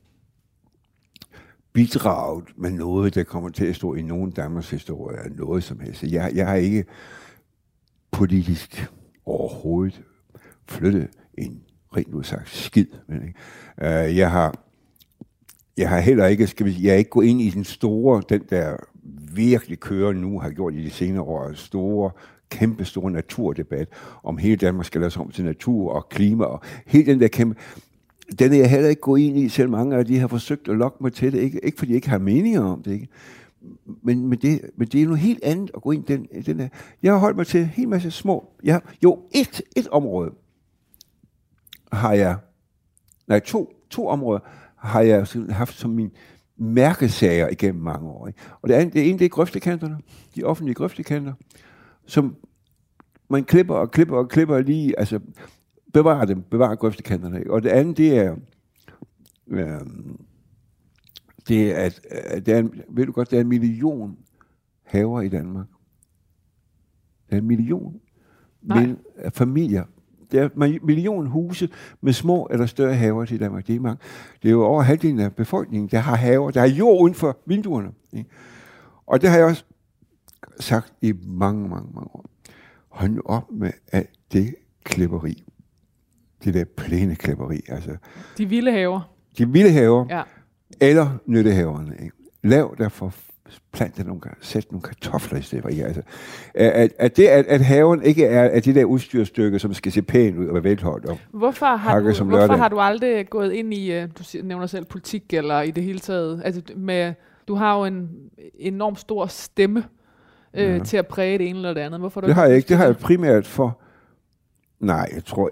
bidraget med noget, der kommer til at stå i nogen Danmarks historie eller noget som helst. Jeg har ikke politisk overhovedet flyttet en rent udsagt skid. Men, ikke? Jeg har heller ikke, jeg er ikke gået ind i den store, den der virkelig kører nu, har gjort i de senere år, store, kæmpestore naturdebat, om hele Danmark skal laves om til natur og klima, og hele den der kæmpe, den er jeg heller ikke gået ind i, selv mange af de har forsøgt at lokke mig til det, ikke fordi jeg ikke har meninger om det, ikke? Men det er noget helt andet at gå ind i den der. Jeg har holdt mig til en hel masse små, et område har jeg, to områder har jeg haft som min mærkesager igennem mange år. Ikke? Og det ene, det er grøftekanterne, de offentlige grøftekanter, som man klipper lige, altså bevarer grøftekanterne. Ikke? Og det andet, det er ved du godt, der er 1 million haver i Danmark. Der er 1 million familier. Der er 1 million huse med små eller større haver til Danmark. Det er mange. Det er jo over halvdelen af befolkningen, der har haver. Der har jord uden for vinduerne. Ikke? Og det har jeg også sagt i mange, mange, mange år. Hold nu op med alt det klipperi. Det der plæne klipperi. Altså. De vilde haver. De vilde haver. Ja. Eller nyttehaverne. Ikke? Lav derfor sæt nogle kartofler i stedet for. Altså, at haven ikke er det der udstyrstykke, som skal se pænt ud og være velholdt. Hvorfor har du aldrig gået ind i, du nævner selv politik, eller i det hele taget, altså du har jo en enormt stor stemme til at præge det ene eller det andet. Hvorfor det har jeg ikke. Det har jeg primært for... Nej, jeg tror...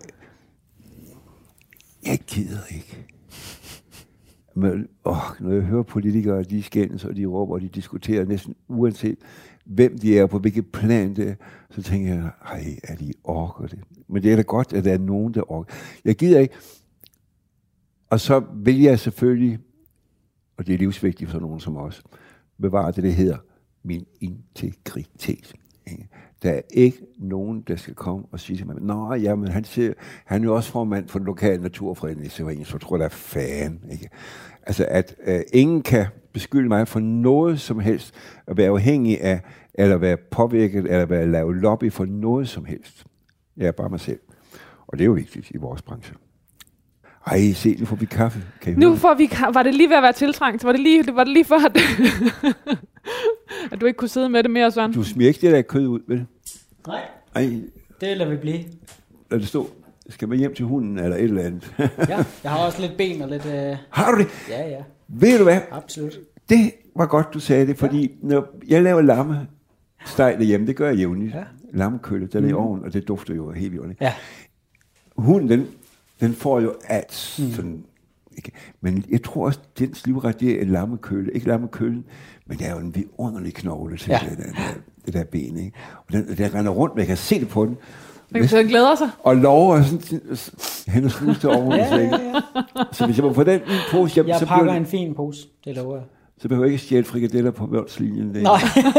Jeg gider ikke. Men, når jeg hører politikere, de skændes, og de råber, og de diskuterer næsten uanset, hvem de er, og på hvilket plan det er, så tænker jeg, er de orker det? Men det er da godt, at der er nogen, der orker. Jeg gider ikke. Og så vil jeg selvfølgelig, og det er livsvigtigt for nogen som os, bevare det hedder min integritet. Der er ikke nogen, der skal komme og sige til mig, men han er jo også formand for den lokale naturforening, så tror jeg, der er fan. Ikke? Altså, at ingen kan beskylde mig for noget som helst, at være afhængig af, eller være påvirket, eller være lave lobby for noget som helst. Jeg er bare mig selv. Og det er jo vigtigt i vores branche. Se, nu får vi kaffe. Nu får vi kaffe. Var det lige ved at være tiltrængt? Var det lige for, at du ikke kunne sidde med det mere, Søren? Du smiger ikke det der kød ud, vel? Nej, det lader vi blive. Lad det stå. Skal man hjem til hunden, eller et eller andet? Ja, jeg har også lidt ben og lidt... Har du det? Ja. Ved du hvad? Absolut. Det var godt, du sagde det, fordi når jeg laver lammesteg derhjemme, det gør jeg jævnligt. Ja. Lammekølle, den er i ovnen, og det dufter jo helt vildt. Ja. Hunden, den får jo alt sådan... Ikke? Men jeg tror også, at dens livret, det er en lammekølle. Ikke lammekøllen, men det er jo en vidunderlig knogle til det der ben. Ikke? Og den render rundt, men jeg kan se det på den. Den glæder sig. Og lover sådan hen og snus til oven. Så hvis jeg må få den i en pose... Jeg pakker en fin pose, det lover jeg. Så behøver jeg ikke stjæle frikadeller på Mørnslinjen. Nej.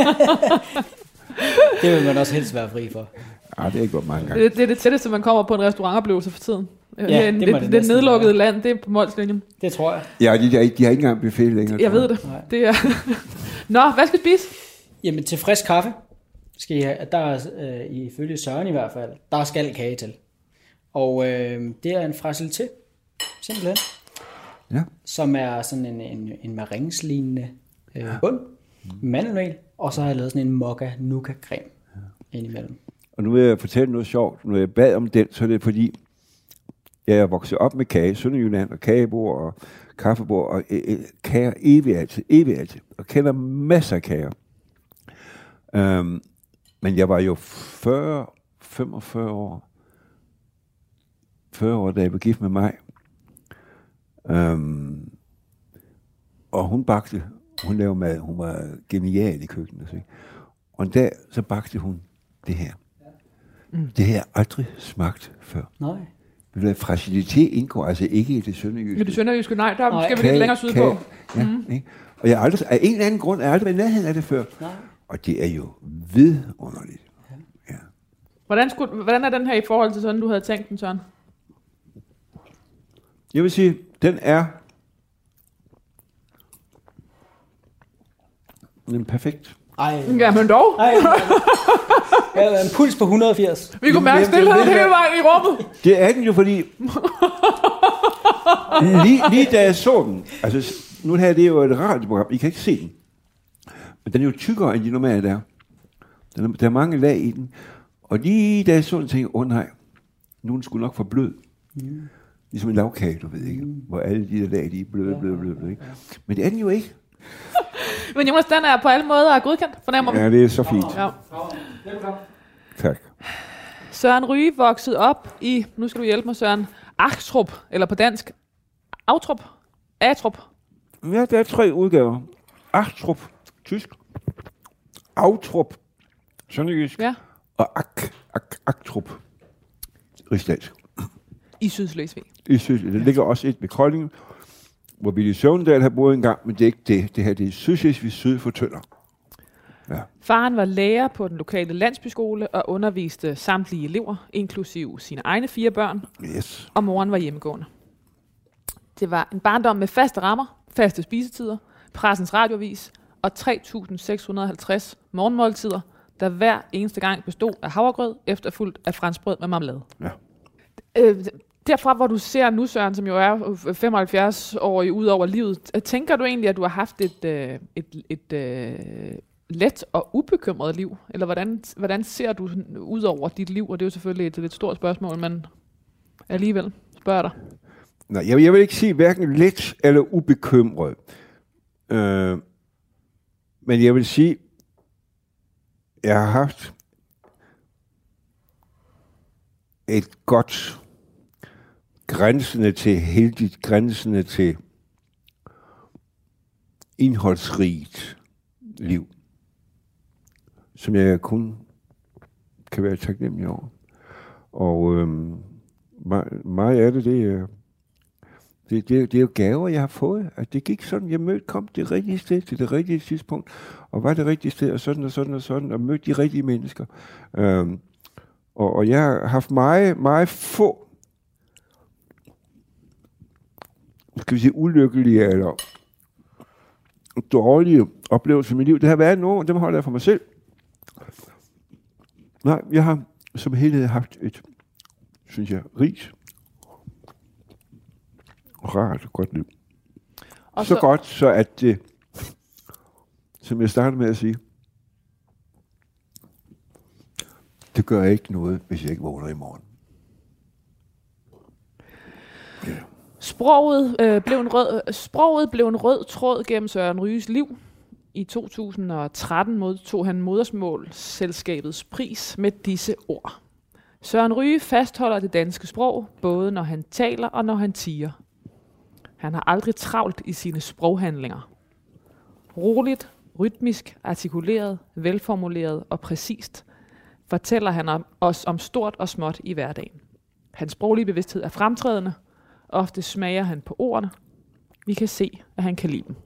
Det vil man også helst være fri for. Det er ikke godt mange gange. Det er det tætteste, man kommer på en restaurantoplevelse for tiden. Ja, det nedlukkede land, det er på Molslinjen. Det tror jeg. Ja, de har ikke engang buffet længere. Jeg ved det. Det er... Nå, hvad skal vi spise? Jamen, til frisk kaffe skal I have, der er, ifølge Søren i hvert fald, der skal kage til. Og det er en fraiseté, simpelthen. Ja. Som er sådan en maringslignende bund, mandelmel, og så har jeg lavet sådan en mocha nougat creme indimellem. Og nu vil jeg fortælle noget sjovt. Når jeg bad om den, så er det fordi, jeg er vokset op med kage, Sønderjylland, og kagebord og kaffebord, og kager evigt altid, og kender masser af kager. Men jeg var jo 45 år, da jeg blev gift med mig. Og hun bagte, hun lavede mad, hun var genial i køkkenet. Så. Og en dag, så bagte hun det her. Det her aldrig smagt før. Nej. Fragilitet indgår altså ikke i det sønderjyske. I det sønderjyske, nej, der skal vi lidt længere sydpå. Ja, ikke? Og jeg aldrig, af en eller anden grund er jeg aldrig været i nærheden af det før. Nej. Og det er jo vidunderligt. Ja. Hvordan er den her i forhold til sådan, du havde tænkt den, Søren? Jeg vil sige, den er perfekt. Jamen dog. Jeg har en puls på 180. Vi kunne mærke stillheden hele vejen i rummet. Det er den jo, fordi lige da jeg så den, altså nu her det er jo et radioprogram, I kan ikke se den, men den er jo tykkere, end de normalt er. Der er mange lag i den, og lige da jeg så den, tænkte jeg, nej, nu skulle nok for blød. Ligesom en lavkage, du ved ikke, hvor alle de der lag, de er bløde, ikke? Men det er den jo ikke. Men Jonas, den er på alle måder godkendt, fornemmer man. Ja, det er så fint. Ja. Tak. Søren Ryge voksede op i, nu skal du hjælpe mig, Søren, Achtrup, eller på dansk, Autrup. Ja, der er 3 udgaver. Achtrup, tysk. Autrup, sønderjysk. Ja. Og Achtrup, rigsdansk. I Sydslesvig. Det ligger også et ved Kolding, hvor Willy Søvndal har boet engang, men det er ikke det. Det her det er Sydslesvig syd for Tønder. Ja. Faren var lærer på den lokale landsbyskole og underviste samtlige elever, inklusive sine egne 4 børn. Yes. Og moren var hjemmegående. Det var en barndom med faste rammer, faste spisetider, pressens radioavis og 3.650 morgenmåltider, der hver eneste gang bestod af havregrød, efterfulgt af franskbrød med marmelade. Ja. Derfra, hvor du ser nu, Søren, som jo er 75 år ud over livet, tænker du egentlig, at du har haft et let og ubekymret liv? Eller hvordan ser du ud over dit liv? Og det er jo selvfølgelig et lidt stort spørgsmål, men alligevel spørger dig. Nej, jeg vil ikke sige hverken let eller ubekymret. Men jeg vil sige, jeg har haft et godt, grænsende til heldigt, grænsende til indholdsrigt liv, som jeg kun kan være taknemmelig over. Og meget af det er jo gaver, jeg har fået. At det gik sådan, jeg kom det rigtige sted til det rigtige tidspunkt, og var det rigtige sted, og sådan og sådan og sådan, og mødte de rigtige mennesker. Og jeg har haft meget, meget få, skal vi sige, ulykkelige eller dårlige oplevelser i mit liv. Det har været nogle, dem holder jeg for mig selv. Nej, jeg har som helhed haft et, synes jeg, rigt, rart og godt liv. Og så godt, så at det, som jeg startede med at sige, det gør ikke noget, hvis jeg ikke vågner i morgen. Yeah. Sproget blev en rød tråd gennem Søren Ryges liv. I 2013 modtog han Modersmålsselskabets pris med disse ord. Søren Ryge fastholder det danske sprog, både når han taler og når han tier. Han har aldrig travlt i sine sproghandlinger. Roligt, rytmisk, artikuleret, velformuleret og præcist fortæller han os om stort og småt i hverdagen. Hans sproglige bevidsthed er fremtrædende. Ofte smager han på ordene. Vi kan se, at han kan lide dem.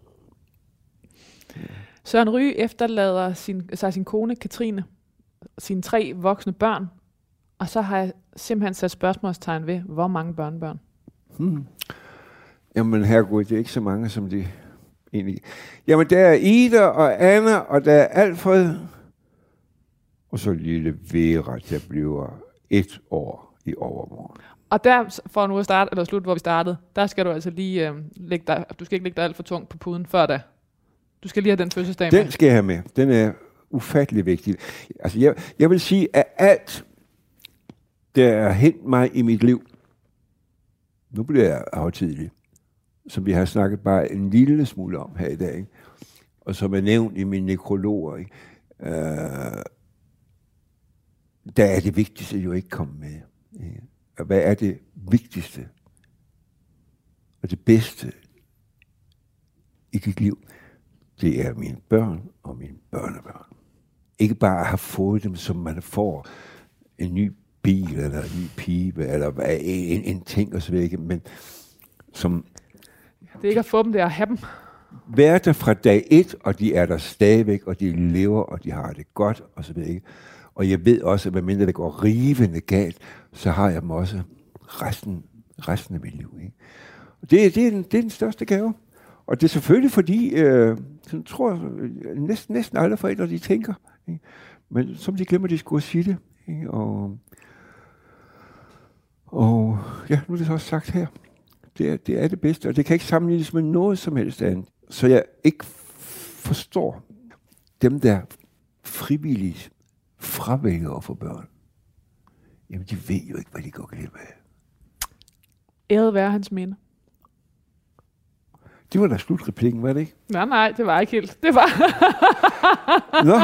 Søren Ryge efterlader sin kone Katrine, sine 3 voksne børn, og så har jeg simpelthen sat spørgsmålstegn ved, hvor mange børnebørn. Jamen herregud, det er ikke så mange, som de egentlig... Jamen der er Ida og Anna, og der er Alfred, og så lille Vera, der bliver 1 år i overmorgen. Og der, for nu at starte, eller slut, hvor vi startede, der skal du altså lige lægge dig, du skal ikke lægge dig alt for tungt på puden før da. Du skal lige have den fødselsdag med. Den skal jeg have med. Den er ufattelig vigtig. Altså jeg vil sige, at alt, der er hent mig i mit liv, nu bliver jeg aftidig, som vi har snakket bare en lille smule om her i dag, ikke? Og som er nævnt i mine nekrologer, ikke? Der er det vigtigste jo ikke kommet med. Ikke? Og hvad er det vigtigste og det bedste i dit liv? Det er mine børn og mine børnebørn. Ikke bare at have fået dem, som man får en ny bil, eller en ny pibe, eller en ting og så videre, men som... Det er ikke at få dem, det er at have dem. Vær der fra dag 1, og de er der stadigvæk, og de lever, og de har det godt, og så videre. Og jeg ved også, at medmindre det går rivende galt, så har jeg dem også resten af mit liv. Ikke? Og det er den største gave. Og det er selvfølgelig fordi, jeg tror næsten alle forældre, de tænker. Ikke? Men som de glemmer, de skulle sige det. Ikke? Og ja, nu er det så også sagt her. Det er det bedste, og det kan ikke sammenlignes med noget som helst andet. Så jeg ikke forstår dem, der frivilligt fravælger at få børn. Jamen, de ved jo ikke, hvad de går glip af. Æret være hans minde. Det var da slutreplikken, var det ikke? Nej, det var ikke helt. Det var... Nå.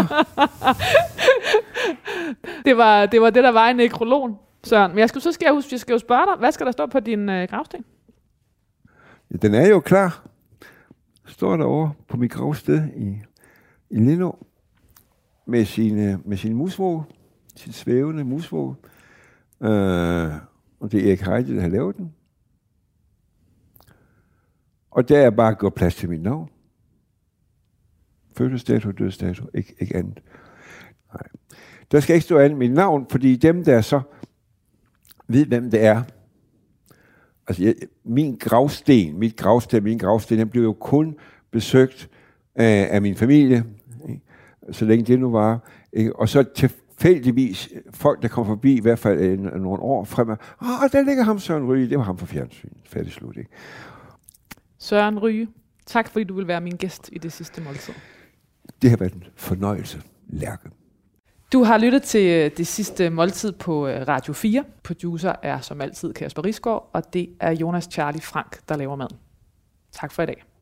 det var det, der var i nekrologen, Søren. Men jeg skal jo spørge dig, hvad skal der stå på din gravsten? Ja, den er jo klar. Står derovre på mit gravsted i Lindå med sin musvåge, sin svævende musvåge. Og det er Erik Heide, der har lavet den. Og der er bare gået plads til mit navn. Fødselsdato og dødsdato, ikke andet. Nej. Der skal ikke stå andet mit navn, fordi dem, der så ved, hvem det er. Altså, min gravsten, den blev jo kun besøgt af min familie, ikke? Så længe det nu var. Ikke? Og så tilfældigvis folk, der kom forbi, i hvert fald nogle år frem, der ligger ham Søren Ryge, det var ham på fjernsyn. Færdig slut, ikke? Søren Ryge, tak fordi du vil være min gæst i Det Sidste Måltid. Det har været en fornøjelse, Lærke. Du har lyttet til Det Sidste Måltid på Radio 4. Producer er som altid Kasper Risgaard, og det er Jonas Charlie Frank, der laver maden. Tak for i dag.